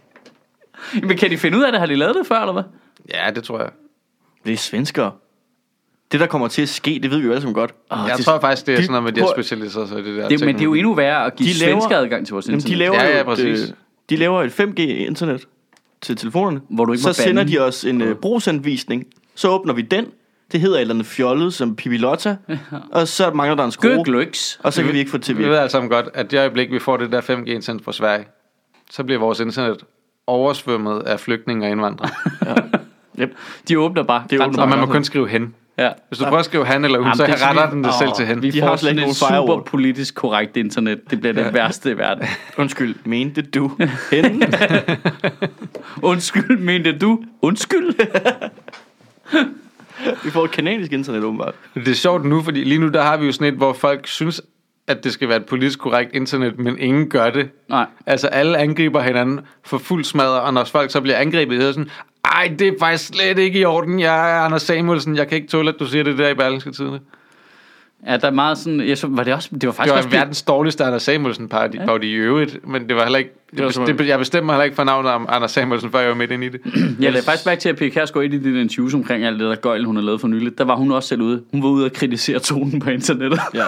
Men kan de finde ud af det? Har de lavet det før, eller hvad? Ja, det tror jeg. Det er svenskere. Det, der kommer til at ske, det ved vi jo alle sammen godt. Jeg tror faktisk, det er sådan noget med, de har specialiseret sig i det der. Men det er jo endnu værre at give svensker adgang til vores internet. De laver et 5G-internet til telefonerne. Hvor du ikke så sender de os en brugsanvisning. Så åbner vi den. Det hedder et eller andet fjollet som Pippi Lotta. Og så mangler der en skrue. Gøgløks. Og så kan vi ikke få TV. Vi ved alle sammen godt, at det øjeblik, vi får det der 5G-internet fra Sverige, så bliver vores internet oversvømmet af flygtninge og indvandrere. Yep. De åbner bare. Og man må kun skrive hen. Ja. Hvis du prøver at skrive han eller hun, så retter den det selv til hen. Vi får sådan et super politisk korrekt internet. Det bliver det værste i verden. Undskyld, mente du hen? Undskyld, mente du? Undskyld. Vi får et kanadisk internet, åbenbart. Det er sjovt nu, fordi lige nu der har vi jo sådan et, hvor folk synes, at det skal være et politisk korrekt internet, men ingen gør det. Nej. Altså alle angriber hinanden for fuld smadre, og når folk så bliver angrebet, så er sådan, ej, det er faktisk slet ikke i orden. Jeg er Anders Samuelsen, jeg kan ikke tåle, at du siger det der i Berlingske Tidende. Ja, der er meget sådan... Jeg så, det var faktisk Det var også verdens dårligste Anders Samuelsen parodi i øvrigt, men det var heller ikke... Jeg bestemte mig heller ikke for navnet om Anders Samuelsen, før jeg var midt inde i det. Jeg lagde faktisk mærke til, at Pia Kjærsgaard i de interviews omkring alt det der gøjl, hun har lavet for nylig. Der var hun også selv ude. Hun var ude at kritisere tonen på internettet. Ja.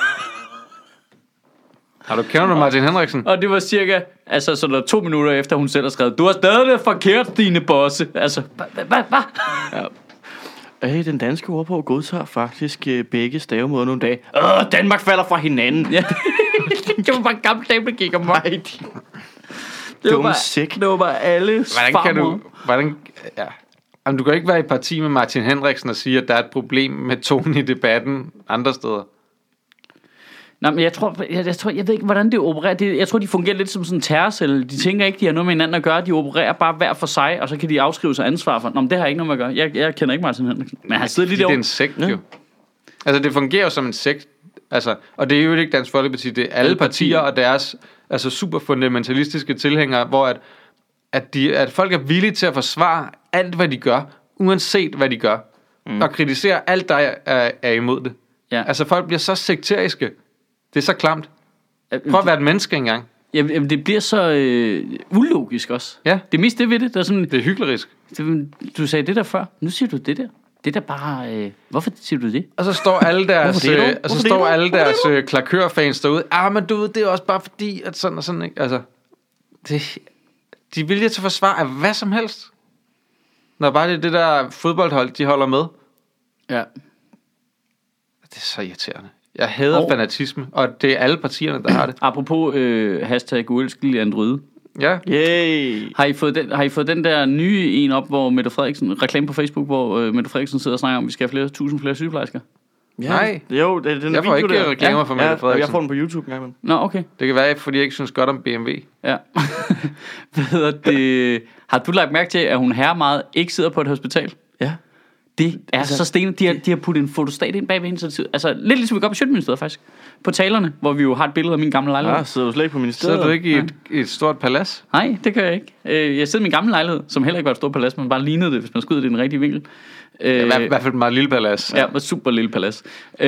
Kender du Martin Henriksen? Og det var cirka, altså så der 2 minutter efter, hun selv har skrevet, du har stadig det forkert, Stine Bosse. Altså, hvad? Ja. Den danske ordbog godtager faktisk begge stavemåder nogle dage. Danmark falder fra hinanden. Ja. Det var bare en gammel dame, der gik om mig. Det var bare alles Jamen, du kan ikke være i parti med Martin Henriksen og sige, at der er et problem med tonen i debatten andre steder. Nej, men jeg ved ikke, hvordan det opererer. Jeg tror, de fungerer lidt som sådan en terrorcelle. De tænker ikke, de har noget med hinanden at gøre. De opererer bare hver for sig, og så kan de afskrive sig ansvar for. Nå, men det har ikke noget med at gøre. Jeg kender ikke Martin Henriksen. Men han sidder lige derovre. Det er en sekt, jo. Altså, det fungerer jo som en sekt. Altså, og det er jo ikke Dansk Folkeparti, det er alle partier og deres super fundamentalistiske tilhængere, hvor at folk er villige til at forsvare alt, hvad de gør, uanset hvad de gør, og kritisere alt, der er imod det. Ja. Altså, folk bliver så sekteriske. Det er så klamt. Prøv at være et menneske engang. Jamen, det bliver så ulogisk også. Ja. Det mest det ved det, der er sådan... Det er hyklerisk. Du sagde det der før. Nu siger du det der. Det er da bare... hvorfor siger du det? Og så står alle deres, klakørfans derude. Men du ved, det er også bare fordi, at sådan og sådan, ikke? Altså, de er villige til at forsvare af hvad som helst. Når bare det der fodboldhold, de holder med. Ja. Det er så irriterende. Jeg hader fanatisme, og det er alle partierne, der har det. Apropos hashtag uelskelig androide. Ja. Yay. Har I fået den der nye en op, hvor Mette Frederiksen, reklame på Facebook, hvor Mette Frederiksen sidder og snakker om, at vi skal have 1000 flere sygeplejersker? Ja. Nej. Jo, den jeg får ikke reklamer for Mette Frederiksen. Jeg får den på YouTube engang. Nå, okay. Det kan være, fordi jeg ikke synes godt om BMW. Ja. Har du lagt mærke til, at hun her meget ikke sidder på et hospital? Ja. Det er så stenet. De har puttet en fotostat ind bagved hende. Altså lidt ligesom vi går på Sjøtministeriet faktisk. På talerne, hvor vi jo har et billede af min gamle lejlighed. Ja, sidder du slet ikke på ministeriet? Sidder du ikke i et stort palads? Nej, det gør jeg ikke. Jeg sidder i min gamle lejlighed, som heller ikke var et stort palads, men bare lignede det, hvis man skød det i den rigtige vinkel. I hvert fald et meget lille palads. Ja, et super lille palads.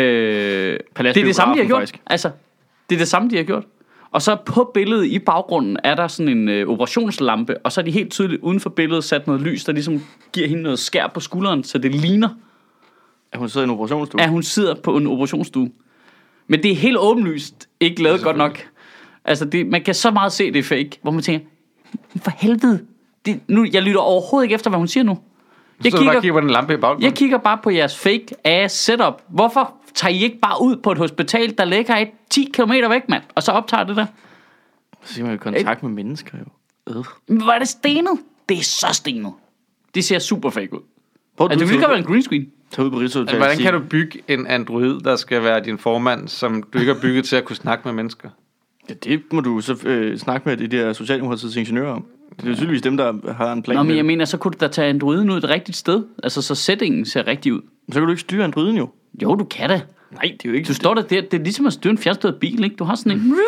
Det er det samme, de har gjort. Faktisk. Altså, det er det samme, de har gjort. Og så på billedet i baggrunden er der sådan en operationslampe, og så er de helt tydeligt uden for billedet sat noget lys, der ligesom giver hende noget skær på skulderen, så det ligner, at hun sidder i en operationsstue. At hun sidder på en operationsstue. Men det er helt åbenlyst ikke lavet godt nok. Altså, man kan så meget se, det er fake, hvor man tænker, for helvede, jeg lytter overhovedet ikke efter, hvad hun siger nu. Jeg kigger på den lampe i baggrunden. Jeg kigger bare på jeres fake ass setup. Hvorfor tager I ikke bare ud på et hospital, der ligger 10 km væk, mand, og så optager det der? Så siger man jo kontakt med mennesker, jo. Hvor er det stenet? Det er så stenet. Det ser super fake ud. Altså, det vil ikke være en green screen. Tag ud på Rigshospitalet. Hvordan kan du bygge en android, der skal være din formand, som du ikke har bygget til at kunne snakke med mennesker? Ja, det må du så snakke med de der Socialdemokratiets ingeniører om. Det er jo tydeligvis dem, der har en plan. Nå, men jeg mener, så kunne du da tage androiden ud et rigtigt sted. Altså, så settingen ser rigtig ud. Så kan du ikke styre androiden jo. Jo, du kan da. Nej, det er jo ikke... Du står der, det er ligesom at styre en fjernstyret bil, ikke? Du har sådan en...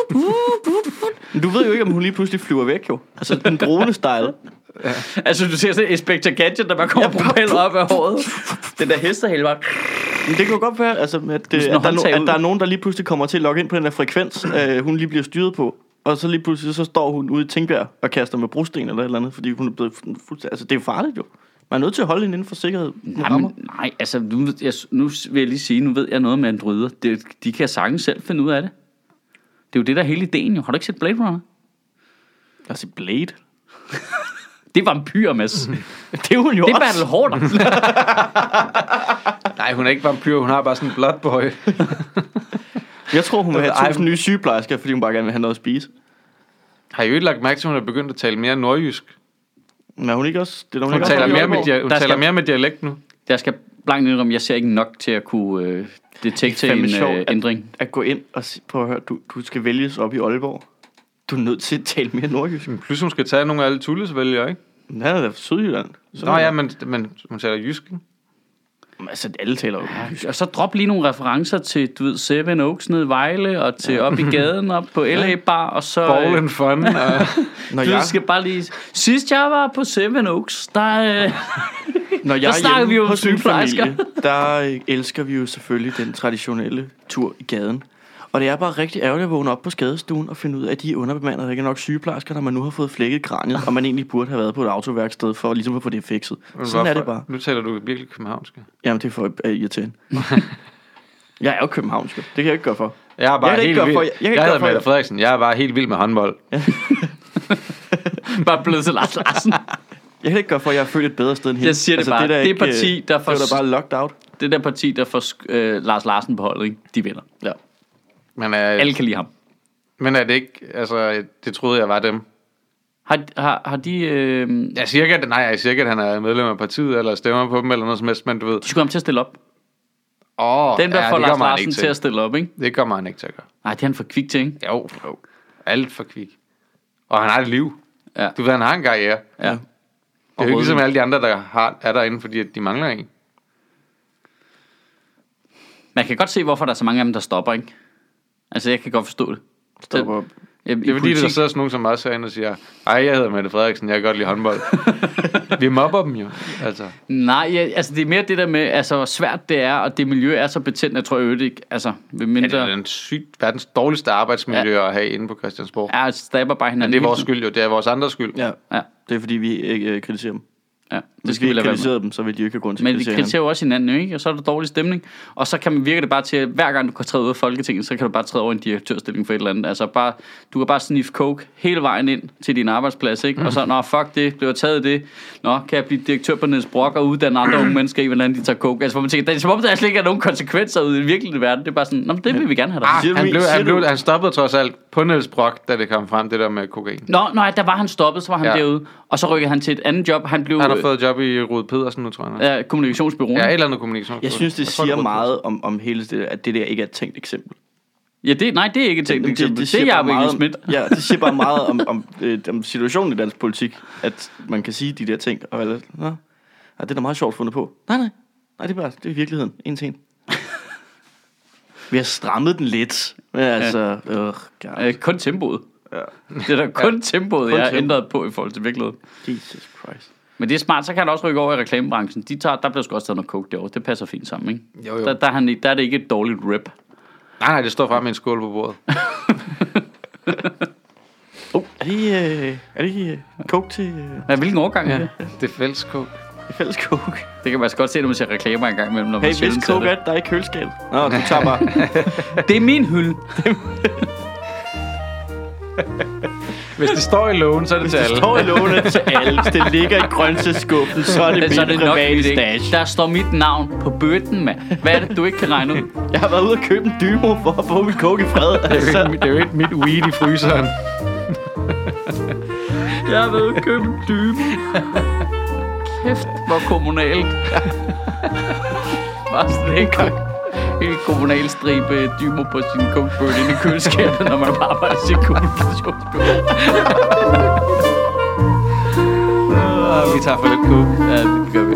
Men du ved jo ikke, om hun lige pludselig flyver væk, jo. Altså, den drone-style. Ja. Altså, du ser sådan en Inspector Gadget, der bare kommer propeller op af håret. Den der hestehale bare... Men det kan jo godt være, altså, at der er nogen, der lige pludselig kommer til at logge ind på den der frekvens, hun lige bliver styret på. Og så lige pludselig, så står hun ude i Tingbjerg og kaster med brosten eller et eller andet, fordi hun er blevet fuldstændig... Altså, det er jo farligt, jo. Man er nødt til at holde hende inden for sikkerhed. Nej, altså, nu vil jeg lige sige, nu ved jeg noget med androider. De kan sagtens selv finde ud af det. Det er jo det, der er hele ideen, jo. Har du ikke set Blade Runner? Jeg har set Blade. Det er vampyr, Mads. Det er hun jo det er Bertel Haarder. Nej, hun er ikke vampyr, hun har bare sådan en blood boy. Jeg tror, hun vil have 1000 nye sygeplejersker, fordi hun bare gerne vil have noget at spise. Har I jo ikke lagt mærke til, at hun er begyndt at tale mere nordjysk? Men hun ikke også... Hun taler mere med dialekt nu. Der skal blankt indrømme, jeg ser ikke nok til at kunne detekte en ændring. At gå ind og prøve at høre, du skal vælges op i Aalborg. Du er nødt til at tale mere nordjysk. Plus hun skal tage nogle af alle Tulles vælger, ikke? Den er da fra Sydjylland. Nå ja, men hun taler jysk, ikke? Altså, alle taler jo jysk. Og så drop lige nogle referencer til, du ved, Seven Oaks nede i Vejle, og til op i gaden, op på LA Bar, og så... Ball and fun. Du skal bare lige... Sidst jeg var på Seven Oaks, der snakker vi jo om sygeplejersker. der elsker vi jo selvfølgelig den traditionelle tur i gaden. Og det er bare rigtig ærgerligt at vågne op på skadestuen og finde ud af, at de er underbemandede. Der ikke er nok sygeplejersker, når man nu har fået flækket kraniet, og man egentlig burde have været på et autoværksted for ligesom at få det fikset. Sådan er det bare. Nu taler du virkelig københavnsk. Jamen, det er for irriterende. Jeg er jo københavnsk. Det kan jeg ikke gøre for. Jeg er bare helt vild. Jeg hedder Mette Frederiksen. Jeg er bare helt vild med håndbold. Bare blevet til Lars Larsen. Jeg kan ikke gøre for, at jeg har følt et bedre sted end hende. Jeg siger det bare. Det parti, der får... Det er bare locked out. Det der parti, der får Lars Larsen på holdet, ikke? De vinder. Ja. Men alle kan lide ham. Men er det ikke... Altså, det troede jeg var dem. Har de... Jeg siger ikke, at han er medlem af partiet, eller stemmer på dem, eller noget som helst, men du ved... De skulle komme til at stille op. Den der får Lars Larsen til at stille op, ikke? Det kommer han ikke til at gøre. Nej, det er han for kvik til, ikke? Jo. Alt for kvik. Og han har et liv. Ja. Du ved, han har en karriere. Ja. Det er jo ikke ligesom alle de andre, der er derinde, fordi de mangler en. Man kan godt se, hvorfor der er så mange af dem, der stopper, ikke? Altså, jeg kan godt forstå det. Stopper. Det er fordi, der sidder sådan nogen som os herinde og siger, ej, jeg hedder Mette Frederiksen, jeg kan godt lide håndbold. Vi mobber dem jo, altså. Nej, altså det er mere det der med, altså hvor svært det er, og det miljø er så betændt, jeg tror øvrigt ikke, altså ved mindre... Ja, det er den verdens dårligste arbejdsmiljø at have inde på Christiansborg. Ja, altså stabber bare hinanden. Men det er vores skyld jo, det er vores andres skyld. Ja, det er fordi, vi ikke kritiserer dem. Ja, det skal vi ikke kritisere dem, så vil de ikke have grund til at kritisere. Men vi kritiserer jo også hinanden, ikke? Og så er der dårlig stemning. Og så kan man virke det bare til, at hver gang du kan træde ud af Folketinget, så kan du bare træde over en direktørstilling for et eller andet. Altså bare, du kan bare sniffe coke hele vejen ind til din arbejdsplads, ikke? Og så, nå fuck det, bliver taget det. Nå, kan jeg blive direktør på Niels Brock og uddanne andre unge mennesker i, hvordan de tager coke? Altså hvor man tænker, det er som om der slet ikke er nogen konsekvenser ude i den virkelige verden. Det er bare sådan, nå, det vil vi gerne have der. Han stoppede trods alt på Niels Brock, da det kom frem, det der med kokain. Nej, der var han stoppet, så var han derude. Og så rykkede han til et andet job. Han har fået job i Rode Pedersen nu, tror jeg. Ja, kommunikationsbureau. Ja, et eller andet kommunikationsbureau. Jeg synes, det siger meget om hele det, at det der ikke er et tænkt eksempel. Ja, det er ikke et tænkt eksempel. Det er Jacob Engel-Schmidt. Ja, det siger bare meget om situationen i dansk politik, at man kan sige de der ting. Og det er da meget sjovt fundet på. Nej, det er virkeligheden. En til en. Vi har strammet den lidt. Men altså, kun tempoet. Ja. Det er da kun tempoet, jeg har ændret på i forhold til virkeligheden. Jesus Christ. Men det er smart, så kan der også rykke over i reklamebranchen. Der bliver sgu også taget noget coke derovre. Det passer fint sammen, ikke? Jo. Der er det ikke et dårligt rep. Nej, det står frem med en skål på bordet. Er det coke til... Ja, hvilken årgang er det? Det er fælles coke. Det er fælles coke. Det kan man godt se, når man ser reklamer en gang imellem. Hey, hvis coke er der er i køleskabet. Nå, du tager bare... Det er min hylde. Hvis det står i lågen, så er det til alle. Hvis det står i lågen, til alle. Hvis det ligger i grøntsagsskuffen, så er det min private stash. Der står mit navn på bøtten, mand. Hvad er det, du ikke kan regne ud? Jeg har været ude og købe en Dymo for at få mit coke i fred. Det er jo ikke mit weed i fryseren. Jeg har været ude og købe en Dymo. Kæft, hvor kommunalt. Bare sådan en kommunal stribe Dymo på sin kokebøtte inde i køleskabet, når man bare arbejder sin kommunikationsbyrå. Vi tager for lidt coke. Ja, det gør vi.